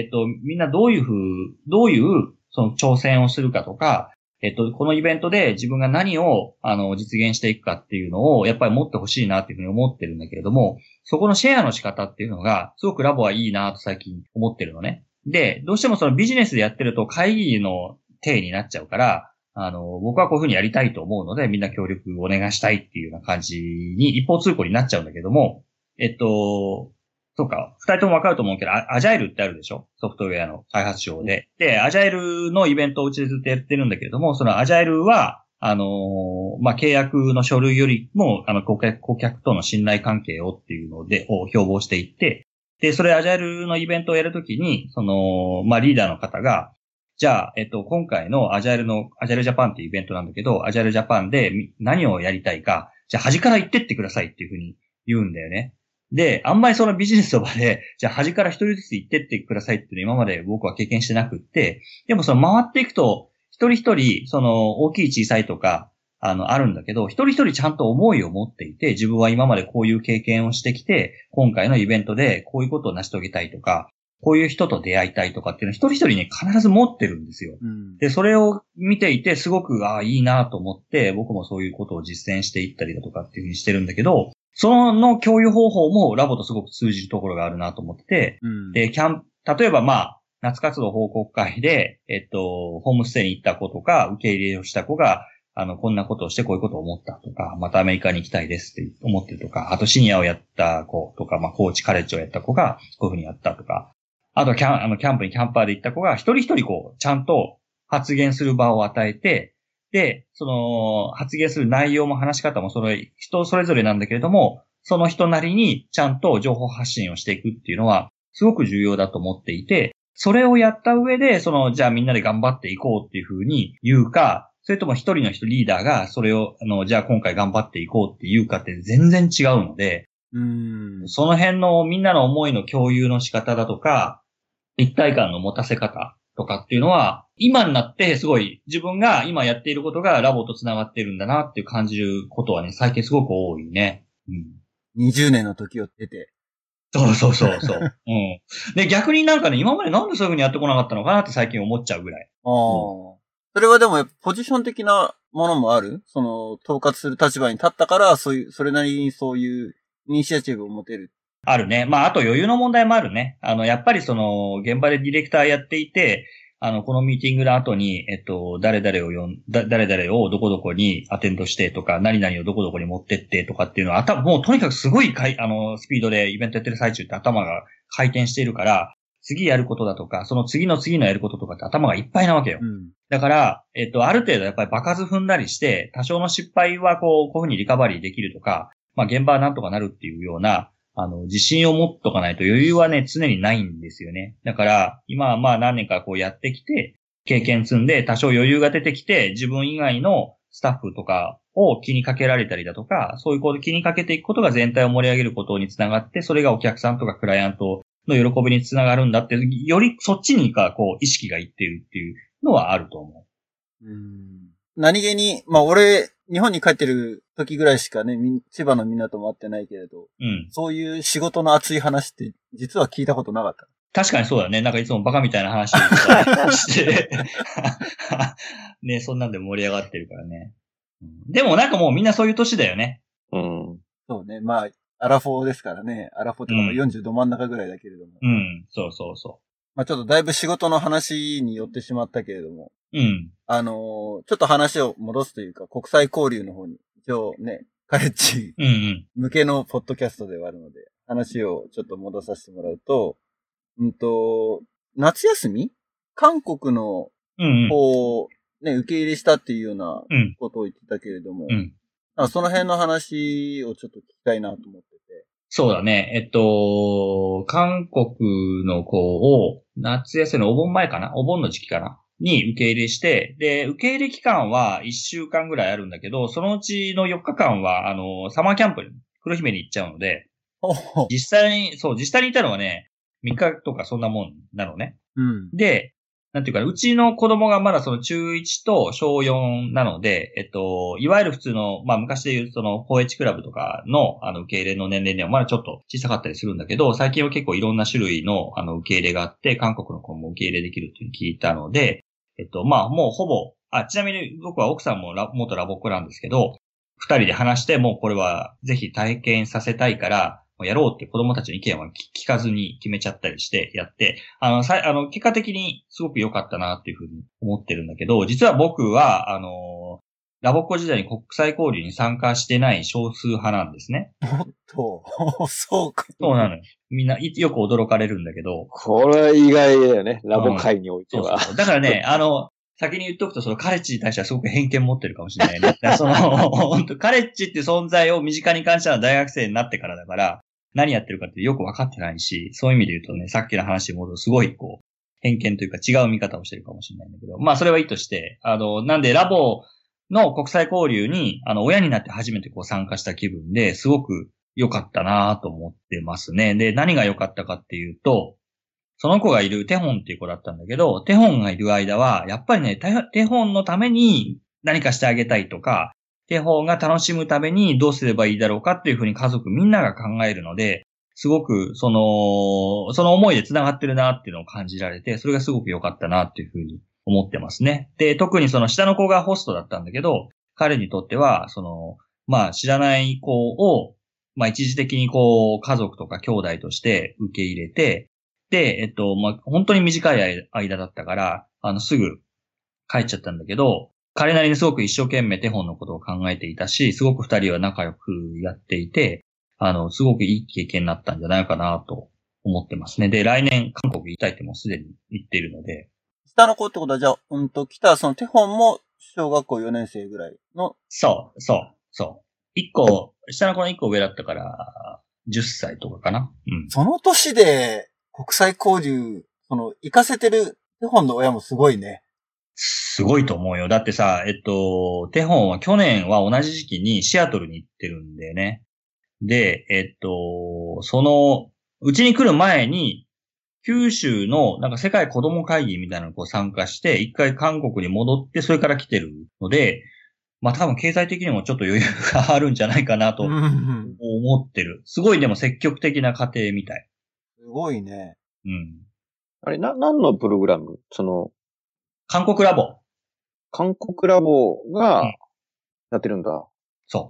みんなどういう、挑戦をするかとか、このイベントで自分が何を、実現していくかっていうのを、やっぱり持ってほしいなっていうふうに思ってるんだけれども、そこのシェアの仕方っていうのが、すごくラボはいいなと最近思ってるのね。で、どうしてもそのビジネスでやってると会議の体になっちゃうから、僕はこういうふうにやりたいと思うので、みんな協力お願いしたいっていうような感じに一方通行になっちゃうんだけども、そうか。二人ともわかると思うけど、アジャイルってあるでしょ？ソフトウェアの開発省で。で、アジャイルのイベントをうちでずっとやってるんだけれども、そのアジャイルは、契約の書類よりも、顧客との信頼関係をっていうのを標榜していって、で、それアジャイルのイベントをやるときに、リーダーの方が、じゃあ、今回のアジャイルジャパンっていうイベントなんだけど、アジャイルジャパンで何をやりたいか、じゃあ端から言ってってくださいっていうふうに言うんだよね。で、あんまりそのビジネスの場で、じゃあ端から一人ずつ行ってってくださいっていうの今まで僕は経験してなくって、でもその回っていくと、一人一人、大きい小さいとか、あるんだけど、一人一人ちゃんと思いを持っていて、自分は今までこういう経験をしてきて、今回のイベントでこういうことを成し遂げたいとか、こういう人と出会いたいとかっていうのを一人一人に必ず持ってるんですよ。で、それを見ていて、すごく、いいなと思って、僕もそういうことを実践していったりだとかっていうふうにしてるんだけど、その共有方法もラボとすごく通じるところがあるなと思ってて、で、例えば夏活動報告会で、ホームステイに行った子とか、受け入れをした子が、こんなことをしてこういうことを思ったとか、またアメリカに行きたいですって思ってるとか、あとシニアをやった子とか、コーチ、カレッジをやった子がこういうふうにやったとか、あとキャンプにキャンパーで行った子が一人一人ちゃんと発言する場を与えて、で、発言する内容も話し方も人それぞれなんだけれども、その人なりにちゃんと情報発信をしていくっていうのは、すごく重要だと思っていて、それをやった上で、じゃあみんなで頑張っていこうっていうふうに言うか、それとも一人の人リーダーがそれを、じゃあ今回頑張っていこうって言うかって全然違うので、その辺のみんなの思いの共有の仕方だとか、一体感の持たせ方とかっていうのは、今になってすごい自分が今やっていることがラボと繋がってるんだなっていう感じることはね、最近すごく多いね。 20年の時を経て、 そうそうそうそう。うん。で、逆になんかね、今までなんでそういう風にやってこなかったのかなって最近思っちゃうぐらい。 ああ。それはでも、ポジション的なものもある？その、統括する立場に立ったから、そういう、それなりにそういうイニシアチブを持てる。 あるね。まあ、あと余裕の問題もあるね。やっぱり現場でディレクターやっていて、このミーティングの後に、誰々をどこどこにアテンドしてとか、何々をどこどこに持ってってとかっていうのは、もうとにかくすごいスピードでイベントやってる最中って頭が回転しているから、次やることだとか、その次の次のやることとかって頭がいっぱいなわけよ。だから、ある程度やっぱり場数踏んだりして、多少の失敗はこういうふうにリカバリーできるとか、まあ現場はなんとかなるっていうような、自信を持っとかないと余裕はね、常にないんですよね。だから、今はまあ何年かこうやってきて、経験積んで多少余裕が出てきて、自分以外のスタッフとかを気にかけられたりだとか、そういうこと気にかけていくことが全体を盛り上げることにつながって、それがお客さんとかクライアントの喜びにつながるんだって、よりそっちにこう意識がいっているっていうのはあると思う。 何気に、まあ俺、日本に帰ってる時ぐらいしかね、千葉の港も会ってないけれど、そういう仕事の熱い話って実は聞いたことなかった。 確かにそうだね。なんかいつもバカみたいな話とかして、ね、そんなんで盛り上がってるからね。でもなんかもうみんなそういう年だよね。 そうね。まあ、アラフォーですからね。アラフォーとか40ど真ん中ぐらいだけれども。 そうそうそう。 まあちょっとだいぶ仕事の話に寄ってしまったけれども。ちょっと話を戻すというか、国際交流の方に、一応ね、カレッジ向けのポッドキャストではあるので、話をちょっと戻させてもらうと、夏休み？韓国の方をね、受け入れしたっていうようなことを言ってたけれども、その辺の話をちょっと聞きたいなと思ってて。 そうだね。韓国の子を夏休みのお盆前かな？お盆の時期かな？に受け入れして、で、受け入れ期間は1週間ぐらいあるんだけど、そのうちの4日間は、サマーキャンプに黒姫に行っちゃうので、実際にいたのはね、3日とかそんなもんなのね。で、なんていうか、うちの子供がまだその中1と小4なので、いわゆる普通の、まあ昔で言うその、4H クラブとかの、受け入れの年齢にはまだちょっと小さかったりするんだけど、最近は結構いろんな種類の、受け入れがあって、韓国の子も受け入れできるっていうのを聞いたので、まあもうほぼ、ちなみに僕は奥さんも元ラボっ子なんですけど、二人で話して、もうこれはぜひ体験させたいから、やろうって子供たちの意見は聞かずに決めちゃったりしてやって、結果的にすごく良かったなっていうふうに思ってるんだけど、実は僕は、ラボっ子時代に国際交流に参加してない少数派なんですね。 おっと、そうか。 そうなのよ。みんなよく驚かれるんだけど。 これは意外だよね。ラボ界においては。 そう。だからね、先に言っとくと、そのカレッジに対してはすごく偏見持ってるかもしれないね。本当カレッジっていう存在を身近に感じたのは大学生になってからだから、何やってるかってよく分かってないし、そういう意味で言うとね、さっきの話に戻るすごい偏見というか違う見方をしてるかもしれないんだけど、まあそれはいいとして、なんでラボの国際交流に、親になって初めて参加した気分で、すごく良かったなと思ってますね。で、何が良かったかっていうと、その子がいるテホンっていう子だったんだけど、テホンがいる間は、やっぱりね、テホンのために何かしてあげたいとか、テホンが楽しむためにどうすればいいだろうかっていうふうに家族みんなが考えるので、すごくその思いで繋がってるなっていうのを感じられて、それがすごく良かったなっていうふうに思ってますね。で、特にその下の子がホストだったんだけど、彼にとっては、まあ知らない子を、まあ一時的に家族とか兄弟として受け入れて、で、まあ、本当に短い間だったから、すぐ帰っちゃったんだけど、彼なりにすごく一生懸命テホンのことを考えていたし、すごく二人は仲良くやっていて、すごくいい経験になったんじゃないかなと思ってますね。で、来年韓国行きたいってもうすでに言っているので。 下の子ってことは、じゃあ、来たそのテホンも小学校4年生ぐらいの。 そう。下の子の1個上だったから、10歳とかかな。 その年で、国際交流、行かせてるテホンの親もすごいね。 すごいと思うよ。だってさ、テホンは去年は同じ時期にシアトルに行ってるんだよね。で、うちに来る前に、九州のなんか世界子供会議みたいなのに参加して、一回韓国に戻って、それから来てるので、 まあ多分経済的にもちょっと余裕があるんじゃないかなと思ってる。すごいでも積極的な家庭みたい。 すごいね。 うん。 あれ、何のプログラム韓国ラボ。 韓国ラボがやってるんだ。 そう。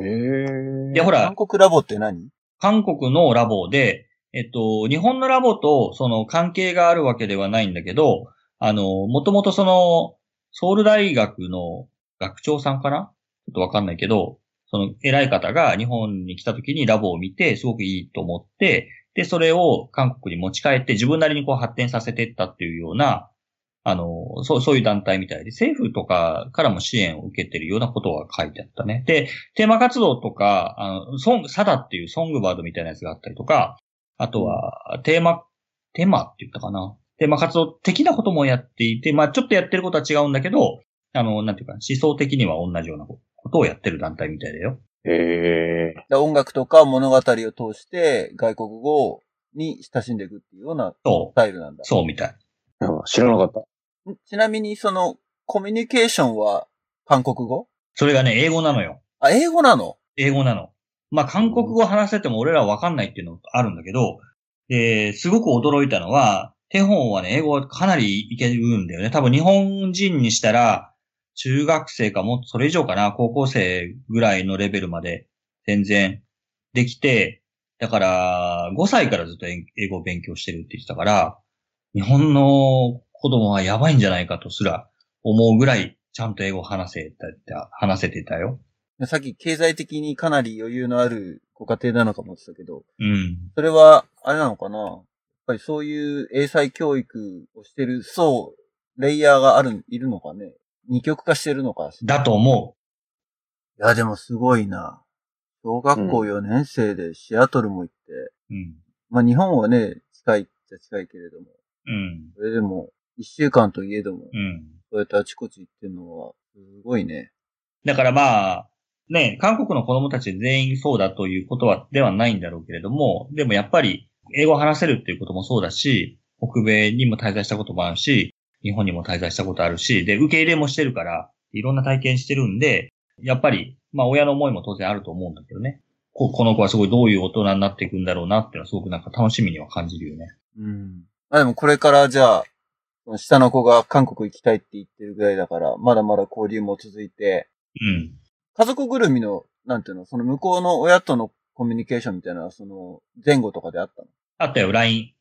へえ。 で、ほら。 韓国ラボって何？ 韓国のラボで、日本のラボとその関係があるわけではないんだけど、もともとその、ソウル大学の学長さんかな？ちょっとわかんないけど、その偉い方が日本に来た時にラボを見てすごくいいと思って、で、それを韓国に持ち帰って自分なりにこう発展させていったっていうような、そういう団体みたいで、政府とかからも支援を受けてるようなことが書いてあったね。で、テーマ活動とか、サダっていうソングバードみたいなやつがあったりとか、あとは、テーマって言ったかな。テーマ活動的なこともやっていて、まあちょっとやってることは違うんだけど、なんていうか、思想的には同じようなことをやってる団体みたいだよ。 へえ。 音楽とか物語を通して外国語に親しんでいくっていうようなスタイルなんだ。 そうみたい。 知らなかった。 ちなみにコミュニケーションは韓国語？ それがね、英語なのよ。 あ、英語なの？ 英語なの。まあ、韓国語話せても俺らはわかんないっていうのがあるんだけど、すごく驚いたのは、手本はね、英語はかなりいけるんだよね。多分日本人にしたら、中学生かもっとそれ以上かな、高校生ぐらいのレベルまで全然できて、だから5歳からずっと英語を勉強してるって言ってたから、日本の子供はやばいんじゃないかとすら思うぐらいちゃんと英語を話せてたよ。 さっき経済的にかなり余裕のあるご家庭なのかもって言ったけど、 うん。 それは、あれなのかな？やっぱりそういう英才教育をしてるレイヤーがいるのかね？二極化してるのか？ だと思う。いや、でもすごいな。小学校4年生でシアトルも行って、 うん。 まあ日本はね、近いっちゃ近いけれども、 うん。 それでも、1週間といえども、 うん。 そうやってあちこち行ってるのは、すごいね。 だからまあ、ね、韓国の子供たち全員そうだということではないんだろうけれども、でもやっぱり英語を話せるっていうこともそうだし、北米にも滞在したこともあるし、日本にも滞在したことあるし、で、受け入れもしてるから、いろんな体験してるんで、やっぱり、まあ親の思いも当然あると思うんだけどね。この子はすごいどういう大人になっていくんだろうなっていうのはすごくなんか楽しみには感じるよね。 うん。まあでもこれからじゃあ、下の子が韓国行きたいって言ってるぐらいだから、まだまだ交流も続いて、 うん。 家族ぐるみの、なんていうの、その向こうの親とのコミュニケーションみたいな、前後とかであったの？ あったよ、LINE。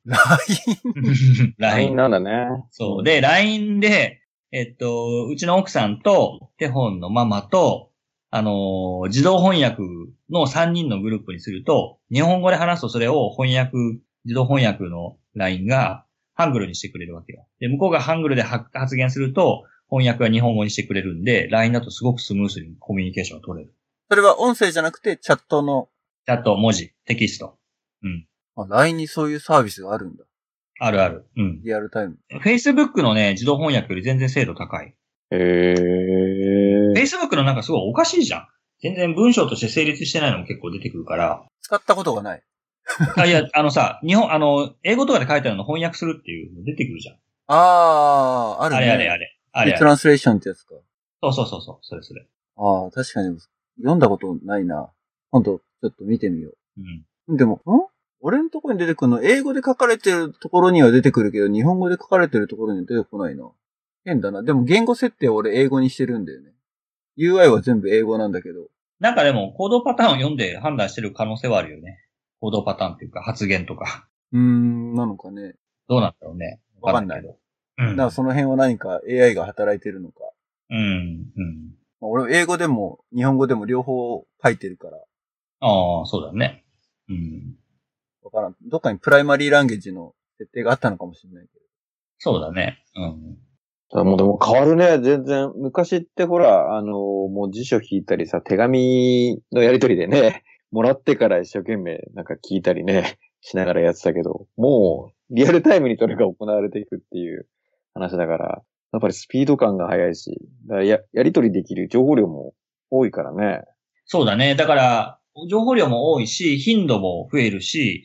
LINE なんだね。 そう。で、LINE で、うちの奥さんと、テホンのママと、自動翻訳の3人のグループにすると、日本語で話すとそれを自動翻訳の LINE がハングルにしてくれるわけよ。で、向こうがハングルで発言すると、翻訳は日本語にしてくれるんで、LINE だとすごくスムースにコミュニケーションが取れる。 それは音声じゃなくてチャットの。 チャット、文字、テキスト。うん。 LINE にそういうサービスがあるんだ。 あるある。うん。 リアルタイム。 Facebook のね、自動翻訳より全然精度高い。Facebook のなんかすごいおかしいじゃん。全然文章として成立してないのも結構出てくるから。 使ったことがない。 いや、英語とかで書いてあるの翻訳するっていうの出てくるじゃん。 あるね。あれ。トランスレーションってやつか。 そう。それ。 確かに読んだことないな。今度、ちょっと見てみよう。 うん。でも、俺のところに出てくるの、英語で書かれてるところには出てくるけど、日本語で書かれてるところには出てこないな。変だな。でも言語設定は俺英語にしてるんだよね。UI は全部英語なんだけど。 なんかでも、行動パターンを読んで判断してる可能性はあるよね。行動パターンっていうか、発言とか。 なのかね。 どうなんだろうね。 わかんない。 だからその辺は何か AI が働いてるのか。俺英語でも日本語でも両方書いてるから。 ああ、そうだね。 わからん。どっかにプライマリーランゲージの設定があったのかもしれないけど。 そうだね。 もうでも変わるね、全然。昔ってほら、もう辞書引いたりさ、手紙のやりとりでね、もらってから一生懸命なんか聞いたりね、しながらやってたけど、もうリアルタイムにそれが行われていくっていう話だから、やっぱりスピード感が速いし、やりとりできる情報量も多いからね。 そうだね。だから、情報量も多いし、頻度も増えるし、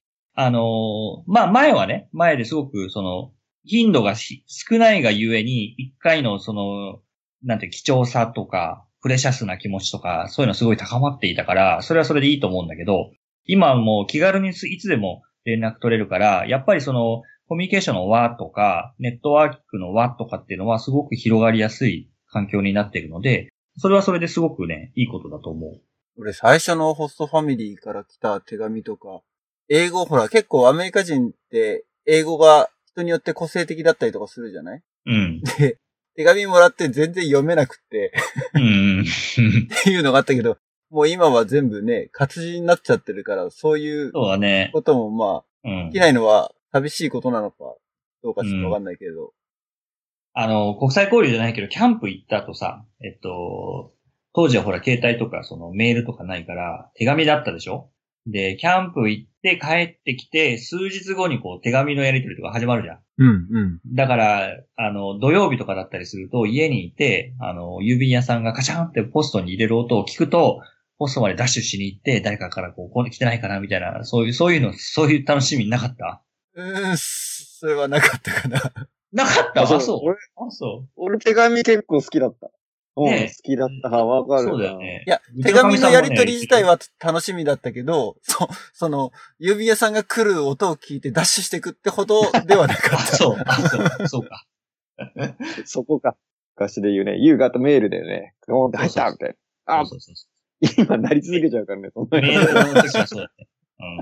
前ですごく頻度が少ないがゆえに、一回の貴重さとか、 プレシャスな気持ちとか、そういうのすごい高まっていたから、それはそれでいいと思うんだけど、今はもう気軽にいつでも連絡取れるから、やっぱりその、コミュニケーションの輪とか、ネットワークの輪とかっていうのはすごく広がりやすい環境になっているので、それはそれですごくね、いいことだと思う。 俺最初のホストファミリーから来た手紙とか、英語、ほら結構アメリカ人って英語が人によって個性的だったりとかするじゃない？ うん。 で、手紙もらって全然読めなくってうん。 っていうのがあったけど、もう今は全部ね、活字になっちゃってるから、そういうこともまあ、できないのは寂しいことなのか、どうかちょっとわかんないけど。 国際交流じゃないけど、キャンプ行った後さ、当時はほら携帯とかそのメールとかないから手紙だったでしょ？で、キャンプ行って帰ってきて、数日後にこう手紙のやり取りとか始まるじゃん。 うんうん。 だから、土曜日とかだったりすると家にいて、郵便屋さんがカチャンってポストに入れる音を聞くと、ポストまでダッシュしに行って、誰かからこう来てないかなみたいな、そういう楽しみなかった？ それはなかったかな。 なかった？そう。 俺手紙結構好きだった。 ね、 好きだった。わかる。 そうだよね。 いや、手紙のやり取り自体は楽しみだったけど、その、郵便屋さんが来る音を聞いてダッシュしていくってほどではなかった。 そうか。 そこか。昔で言うね、You got mail だよね。ゴーンって入ったみたいな。そう。今なり続けちゃうからね、そんなに。 メールの時はそうだね。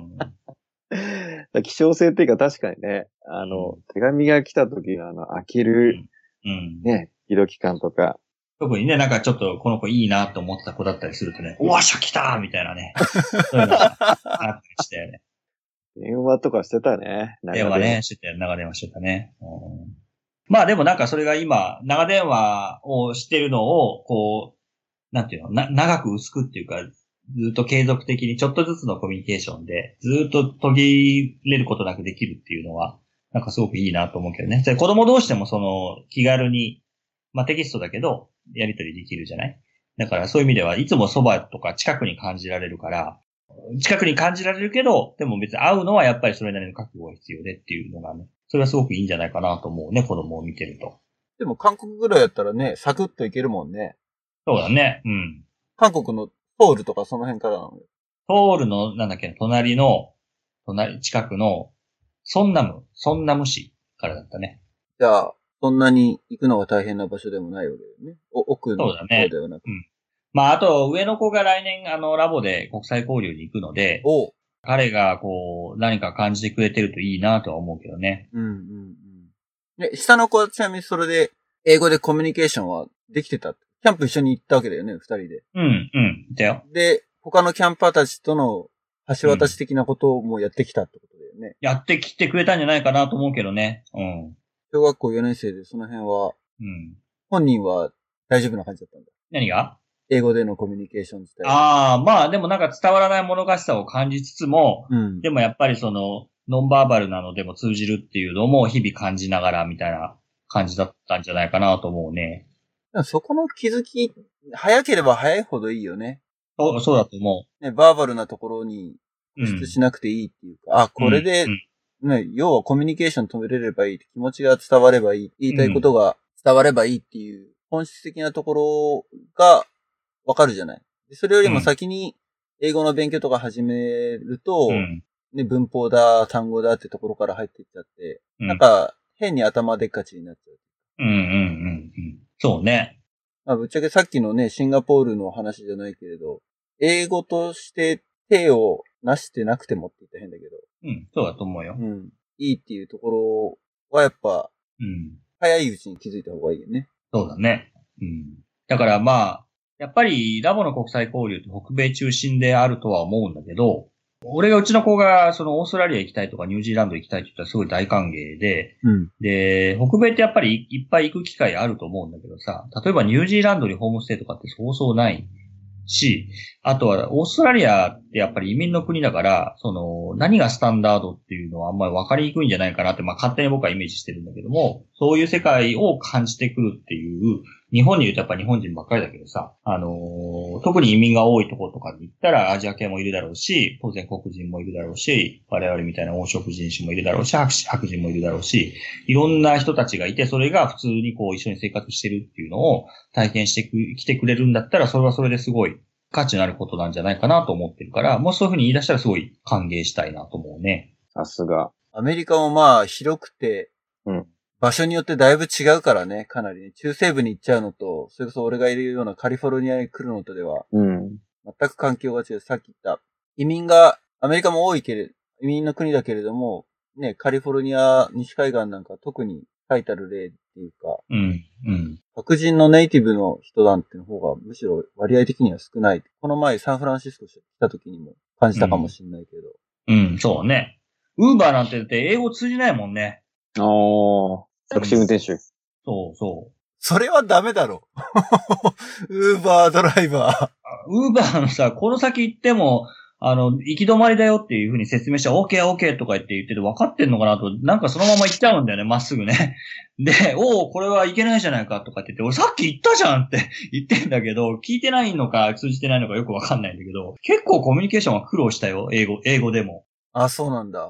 希少性っていうか確かにね、手紙が来た時の開ける、ね、ひど期間とか。 特にね、なんかちょっとこの子いいなと思った子だったりするとね、おわっしゃ来たみたいなね。そういうのがあったりしたよね。 電話とかしてたね。 電話ね、してたよ。長電話してたね。まあでもなんかそれが今、長電話をしてるのを、こう、なんていうの、長く薄くっていうか、ずっと継続的にちょっとずつのコミュニケーションで、ずっと途切れることなくできるっていうのは、なんかすごくいいなと思うけどね。子供同士でもその気軽に、まあテキストだけど、やりとりできるじゃない？だからそういう意味ではいつもそばとか近くに感じられるから、近くに感じられるけど、でも別に会うのはやっぱりそれなりの覚悟が必要でっていうのがね、それはすごくいいんじゃないかなと思うね、子供を見てると。 でも韓国ぐらいやったらね、サクッといけるもんね。 そうだね、うん。 韓国のソウルとかその辺からなのよ。 ソウルの、近くの、ソンナム市からだったね。 じゃあ、そんなに行くのが大変な場所でもないわけだよね。奥の方ではなく。 うん。まあ、あと、上の子が来年、ラボで国際交流に行くので、彼が、こう、何か感じてくれてるといいなとは思うけどね。 で、下の子はちなみにそれで、英語でコミュニケーションはできてた。キャンプ一緒に行ったわけだよね、二人で。 いたよ。 で、他のキャンパーたちとの橋渡し的なこともやってきたってことだよね。 やってきてくれたんじゃないかなと思うけどね。 小学校4年生でその辺は、本人は大丈夫な感じだったんだ。 何が？ 英語でのコミュニケーション自体。 ああ、まあでもなんか伝わらないものがしさを感じつつも、でもやっぱりその、ノンバーバルなのでも通じるっていうのも日々感じながらみたいな感じだったんじゃないかなと思うね。 そこの気づき、早ければ早いほどいいよね。 そうだと思う。ね、バーバルなところに固執しなくていいっていうか、これで、ね、要はコミュニケーション止めれればいい、気持ちが伝わればいい、言いたいことが伝わればいいっていう本質的なところがわかるじゃない。それよりも先に英語の勉強とか始めると、ね、文法だ、単語だってところから入っていっちゃって、なんか変に頭でっかちになっちゃう。 そうね。 まあ、ぶっちゃけさっきのね、シンガポールの話じゃないけれど、英語として手をなしてなくてもって言ったら変だけど。 そうだと思うよ。 いいっていうところはやっぱ、早いうちに気づいた方がいいよね。 そうだね。だからまあ、やっぱりラボの国際交流って北米中心であるとは思うんだけど、俺がうちの子がそのオーストラリア行きたいとかニュージーランド行きたいって言ったらすごい大歓迎で、で、北米ってやっぱりいっぱい行く機会あると思うんだけどさ、例えばニュージーランドにホームステイとかってそうそうないし、あとはオーストラリアってやっぱり移民の国だから、その何がスタンダードっていうのはあんまり分かりにくいんじゃないかなって、まあ勝手に僕はイメージしてるんだけども、そういう世界を感じてくるっていう日本にいるとやっぱ日本人ばっかりだけどさ、特に移民が多いところとかに行ったらアジア系もいるだろうし、当然黒人もいるだろうし、我々みたいな黄色人種もいるだろうし、白人もいるだろうし、いろんな人たちがいて、それが普通にこう一緒に生活してるっていうのを体験してきてくれるんだったら、それはそれですごい価値のあることなんじゃないかなと思ってるから、もうそういうふうに言い出したらすごい歓迎したいなと思うね。 さすが。 アメリカもまあ広くて、場所によってだいぶ違うからね、かなりね。中西部に行っちゃうのと、それこそ俺がいるようなカリフォルニアに来るのとでは、全く環境が違う。さっき言った、移民が、アメリカも多いけれど、移民の国だけれども、ね、カリフォルニア西海岸なんか特に最たる例っていうか、白人のネイティブの人なんての方がむしろ割合的には少ない。この前サンフランシスコ来た時にも感じたかもしれないけど。 そうね。ウーバーなんて言って英語通じないもんね。 タクシー運転手。 そう。 それはダメだろ。ウーバードライバー。 ウーバーのさ、この先行っても、行き止まりだよっていう風に説明したら、OK とか言って分かってんのかなと、なんかそのまま行っちゃうんだよね、まっすぐね。で、これはいけないじゃないかとかって言って、俺さっき言ったじゃんって言ってんだけど、聞いてないのか通じてないのかよくわかんないんだけど、結構コミュニケーションは苦労したよ、英語でも。 あ、そうなんだ。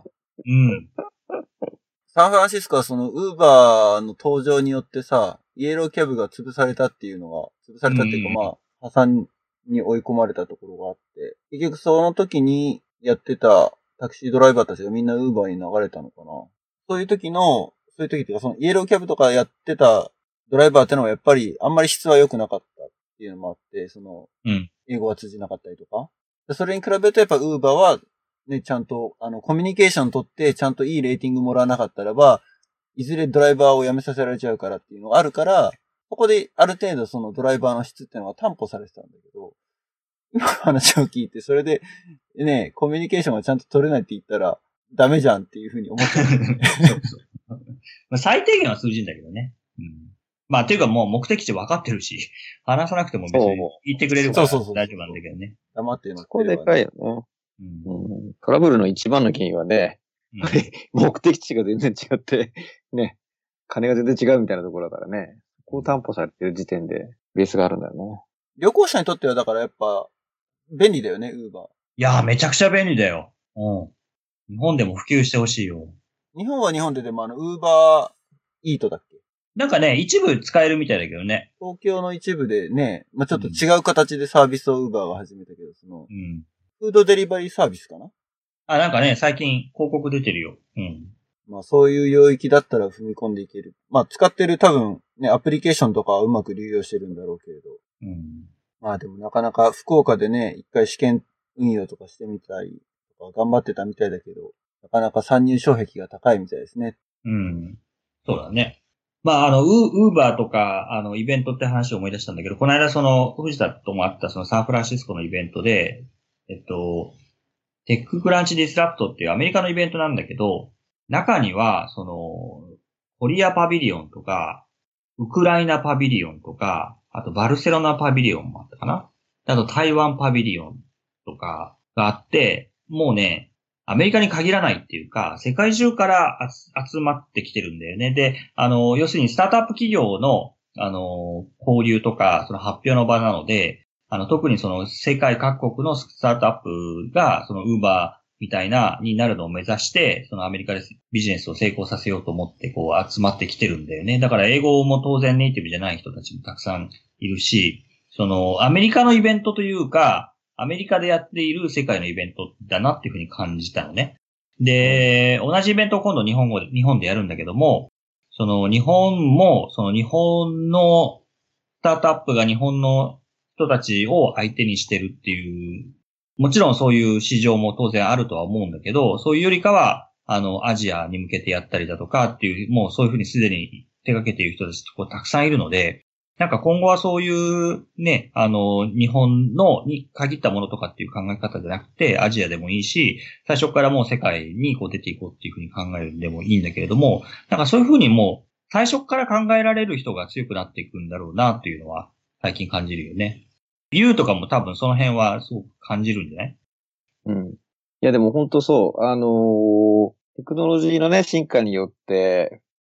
サンフランシスコはそのウーバーの登場によってさ、イエローキャブが潰されたっていうのが、潰されたっていうかまあ、破産に追い込まれたところがあって、結局その時にやってたタクシードライバーたちがみんなウーバーに流れたのかな。そういう時っていうかそのイエローキャブとかやってたドライバーってのはやっぱりあんまり質は良くなかったっていうのもあって、英語が通じなかったりとか。それに比べるとやっぱウーバーはね、ちゃんと、コミュニケーション取って、ちゃんといいレーティングもらわなかったらば、いずれドライバーを辞めさせられちゃうからっていうのがあるから、ここである程度そのドライバーの質っていうのが担保されてたんだけど、今の話を聞いて、それで、ね、コミュニケーションがちゃんと取れないって言ったら、ダメじゃんっていうふうに思っちゃう、ね。 まあ最低限は通じんだけどね。まあ、っていうかもう目的地分かってるし、話さなくても別に言ってくれるから大丈夫なんだけどね。 黙ってるの。 これでかいよね。トラブルの一番の原因はね、目的地が全然違って、ね、金が全然違うみたいなところだからね、こう担保されてる時点でベースがあるんだよね。 旅行者にとってはだからやっぱ、便利だよね、ウーバー。 いやー、めちゃくちゃ便利だよ。日本でも普及してほしいよ。 日本は日本でもウーバーイートだっけ？ なんかね、一部使えるみたいだけどね。 東京の一部でね、まあ、ちょっと違う形でサービスをウーバーが始めたけど、フードデリバリーサービスかな？ なんかね、最近広告出てるよ。 まあそういう領域だったら踏み込んでいける。まあ使ってる多分ね、アプリケーションとかはうまく流用してるんだろうけれど。まあでもなかなか福岡でね、一回試験運用とかしてみたりとか頑張ってたみたいだけど、なかなか参入障壁が高いみたいですね。 そうだね。まあ、ウーバーとか、イベントって話を思い出したんだけど、この間藤田ともあったサンフランシスコのイベントで、テッククランチディスラプトっていうアメリカのイベントなんだけど、中には、コリアパビリオンとか、ウクライナパビリオンとか、あとバルセロナパビリオンもあったかな。あと台湾パビリオンとかがあって、もうね、アメリカに限らないっていうか、世界中から集まってきてるんだよね。で、要するにスタートアップ企業の、交流とか、発表の場なので、特に世界各国のスタートアップが、ウーバーみたいになるのを目指して、アメリカでビジネスを成功させようと思って、集まってきてるんだよね。だから英語も当然ネイティブじゃない人たちもたくさんいるし、アメリカのイベントというか、アメリカでやっている世界のイベントだなっていうふうに感じたのね。で、同じイベントを今度日本でやるんだけども、日本も、日本のスタートアップが日本の人たちを相手にしてるっていう、もちろんそういう市場も当然あるとは思うんだけど、そういうよりかは、アジアに向けてやったりだとかっていう、もうそういうふうにすでに手掛けている人たちってたくさんいるので、なんか今後はそういうね、日本に限ったものとかっていう考え方じゃなくて、アジアでもいいし、最初からもう世界に出ていこうっていうふうに考えるんでもいいんだけれども、なんかそういうふうにもう最初から考えられる人が強くなっていくんだろうなっていうのは最近感じるよね。ユウとかも多分その辺はすごく感じるんじゃない？ いやでも本当そう。テクノロジーのね、進化によって、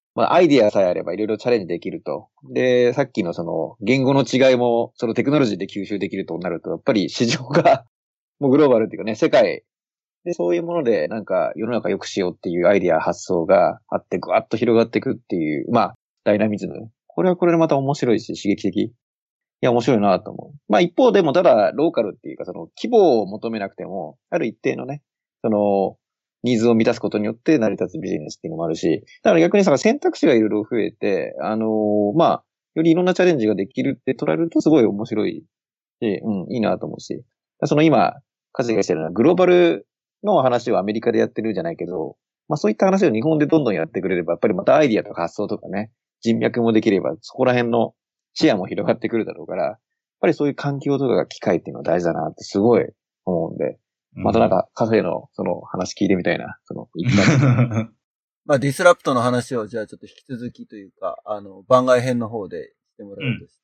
まあ、アイディアさえあればいろいろチャレンジできると。で、さっきのその、言語の違いも、そのテクノロジーで吸収できるとなると、やっぱり市場が、もうグローバルっていうかね、世界で、そういうもので、なんか、世の中良くしようっていうアイディア、発想があって、ぐわっと広がっていくっていう、まあ、ダイナミズム。これはこれでまた面白いし、刺激的。いや、面白いなと思う。まあ、一方でも、ただ、ローカルっていうか、その、規模を求めなくても、ある一定のね、その、ニーズを満たすことによって成り立つビジネスっていうのもあるし、だから逆にさ、選択肢がいろいろ増えて、まあ、よりいろんなチャレンジができるって捉えるとすごい面白いし、うん、いいなと思うし。その今、カズがしてるのは、グローバルの話をアメリカでやってるじゃないけど、まあそういった話を日本でどんどんやってくれれば、やっぱりまたアイディアとか発想とかね、人脈もできれば、そこら辺の視野も広がってくるだろうから、やっぱりそういう環境とかが機会っていうのは大事だなってすごい思うんで、またなんかカフェのその話聞いてみたいな、その、 まあディスラプトの話をじゃあちょっと引き続きというか、番外編の方でしてもらおうとして、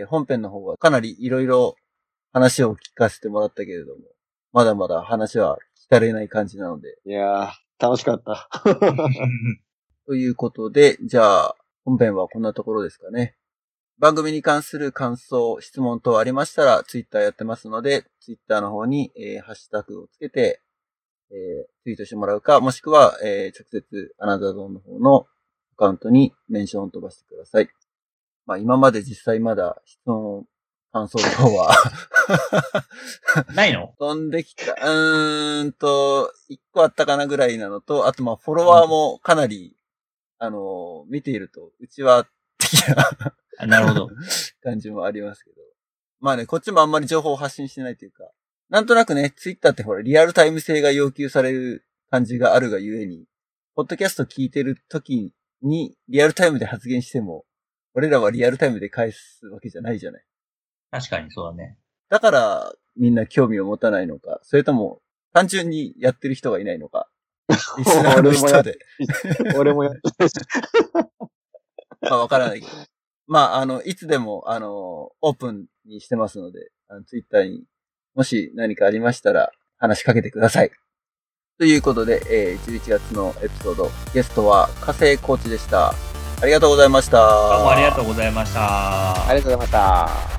本編の方はかなりいろいろ話を聞かせてもらったけれども、まだまだ話は聞かれない感じなので。 いやー、楽しかった。 ということで、じゃあ、本編はこんなところですかね。番組に関する感想、質問等ありましたら、ツイッターやってますので、ツイッターの方に、ハッシュタグをつけて、ツイートしてもらうか、もしくは、直接、アナザーゾーンの方のアカウントにメンションを飛ばしてください。まあ、今まで実際まだ質問、感想等はないの？ 飛んできた。一個あったかなぐらいなのと、あとまあフォロワーもかなり、見ていると、うちは的ななるほど。 感じもありますけど。まあね、こっちもあんまり情報を発信してないというか、なんとなくね、ツイッターってほら、リアルタイム性が要求される感じがあるがゆえに、ポッドキャスト聞いてる時にリアルタイムで発言しても、俺らはリアルタイムで返すわけじゃないじゃない。 確かにそうだね。 だから、みんな興味を持たないのか、それとも、単純にやってる人がいないのか。リスナーの人で。 俺もやってるし。 まあ、わからないけど。まあ、いつでも、オープンにしてますので、ツイッターに、もし何かありましたら、話しかけてください。ということで、11月のエピソード、ゲストは、火星コーチでした。ありがとうございました。 どうもありがとうございました。 ありがとうございました。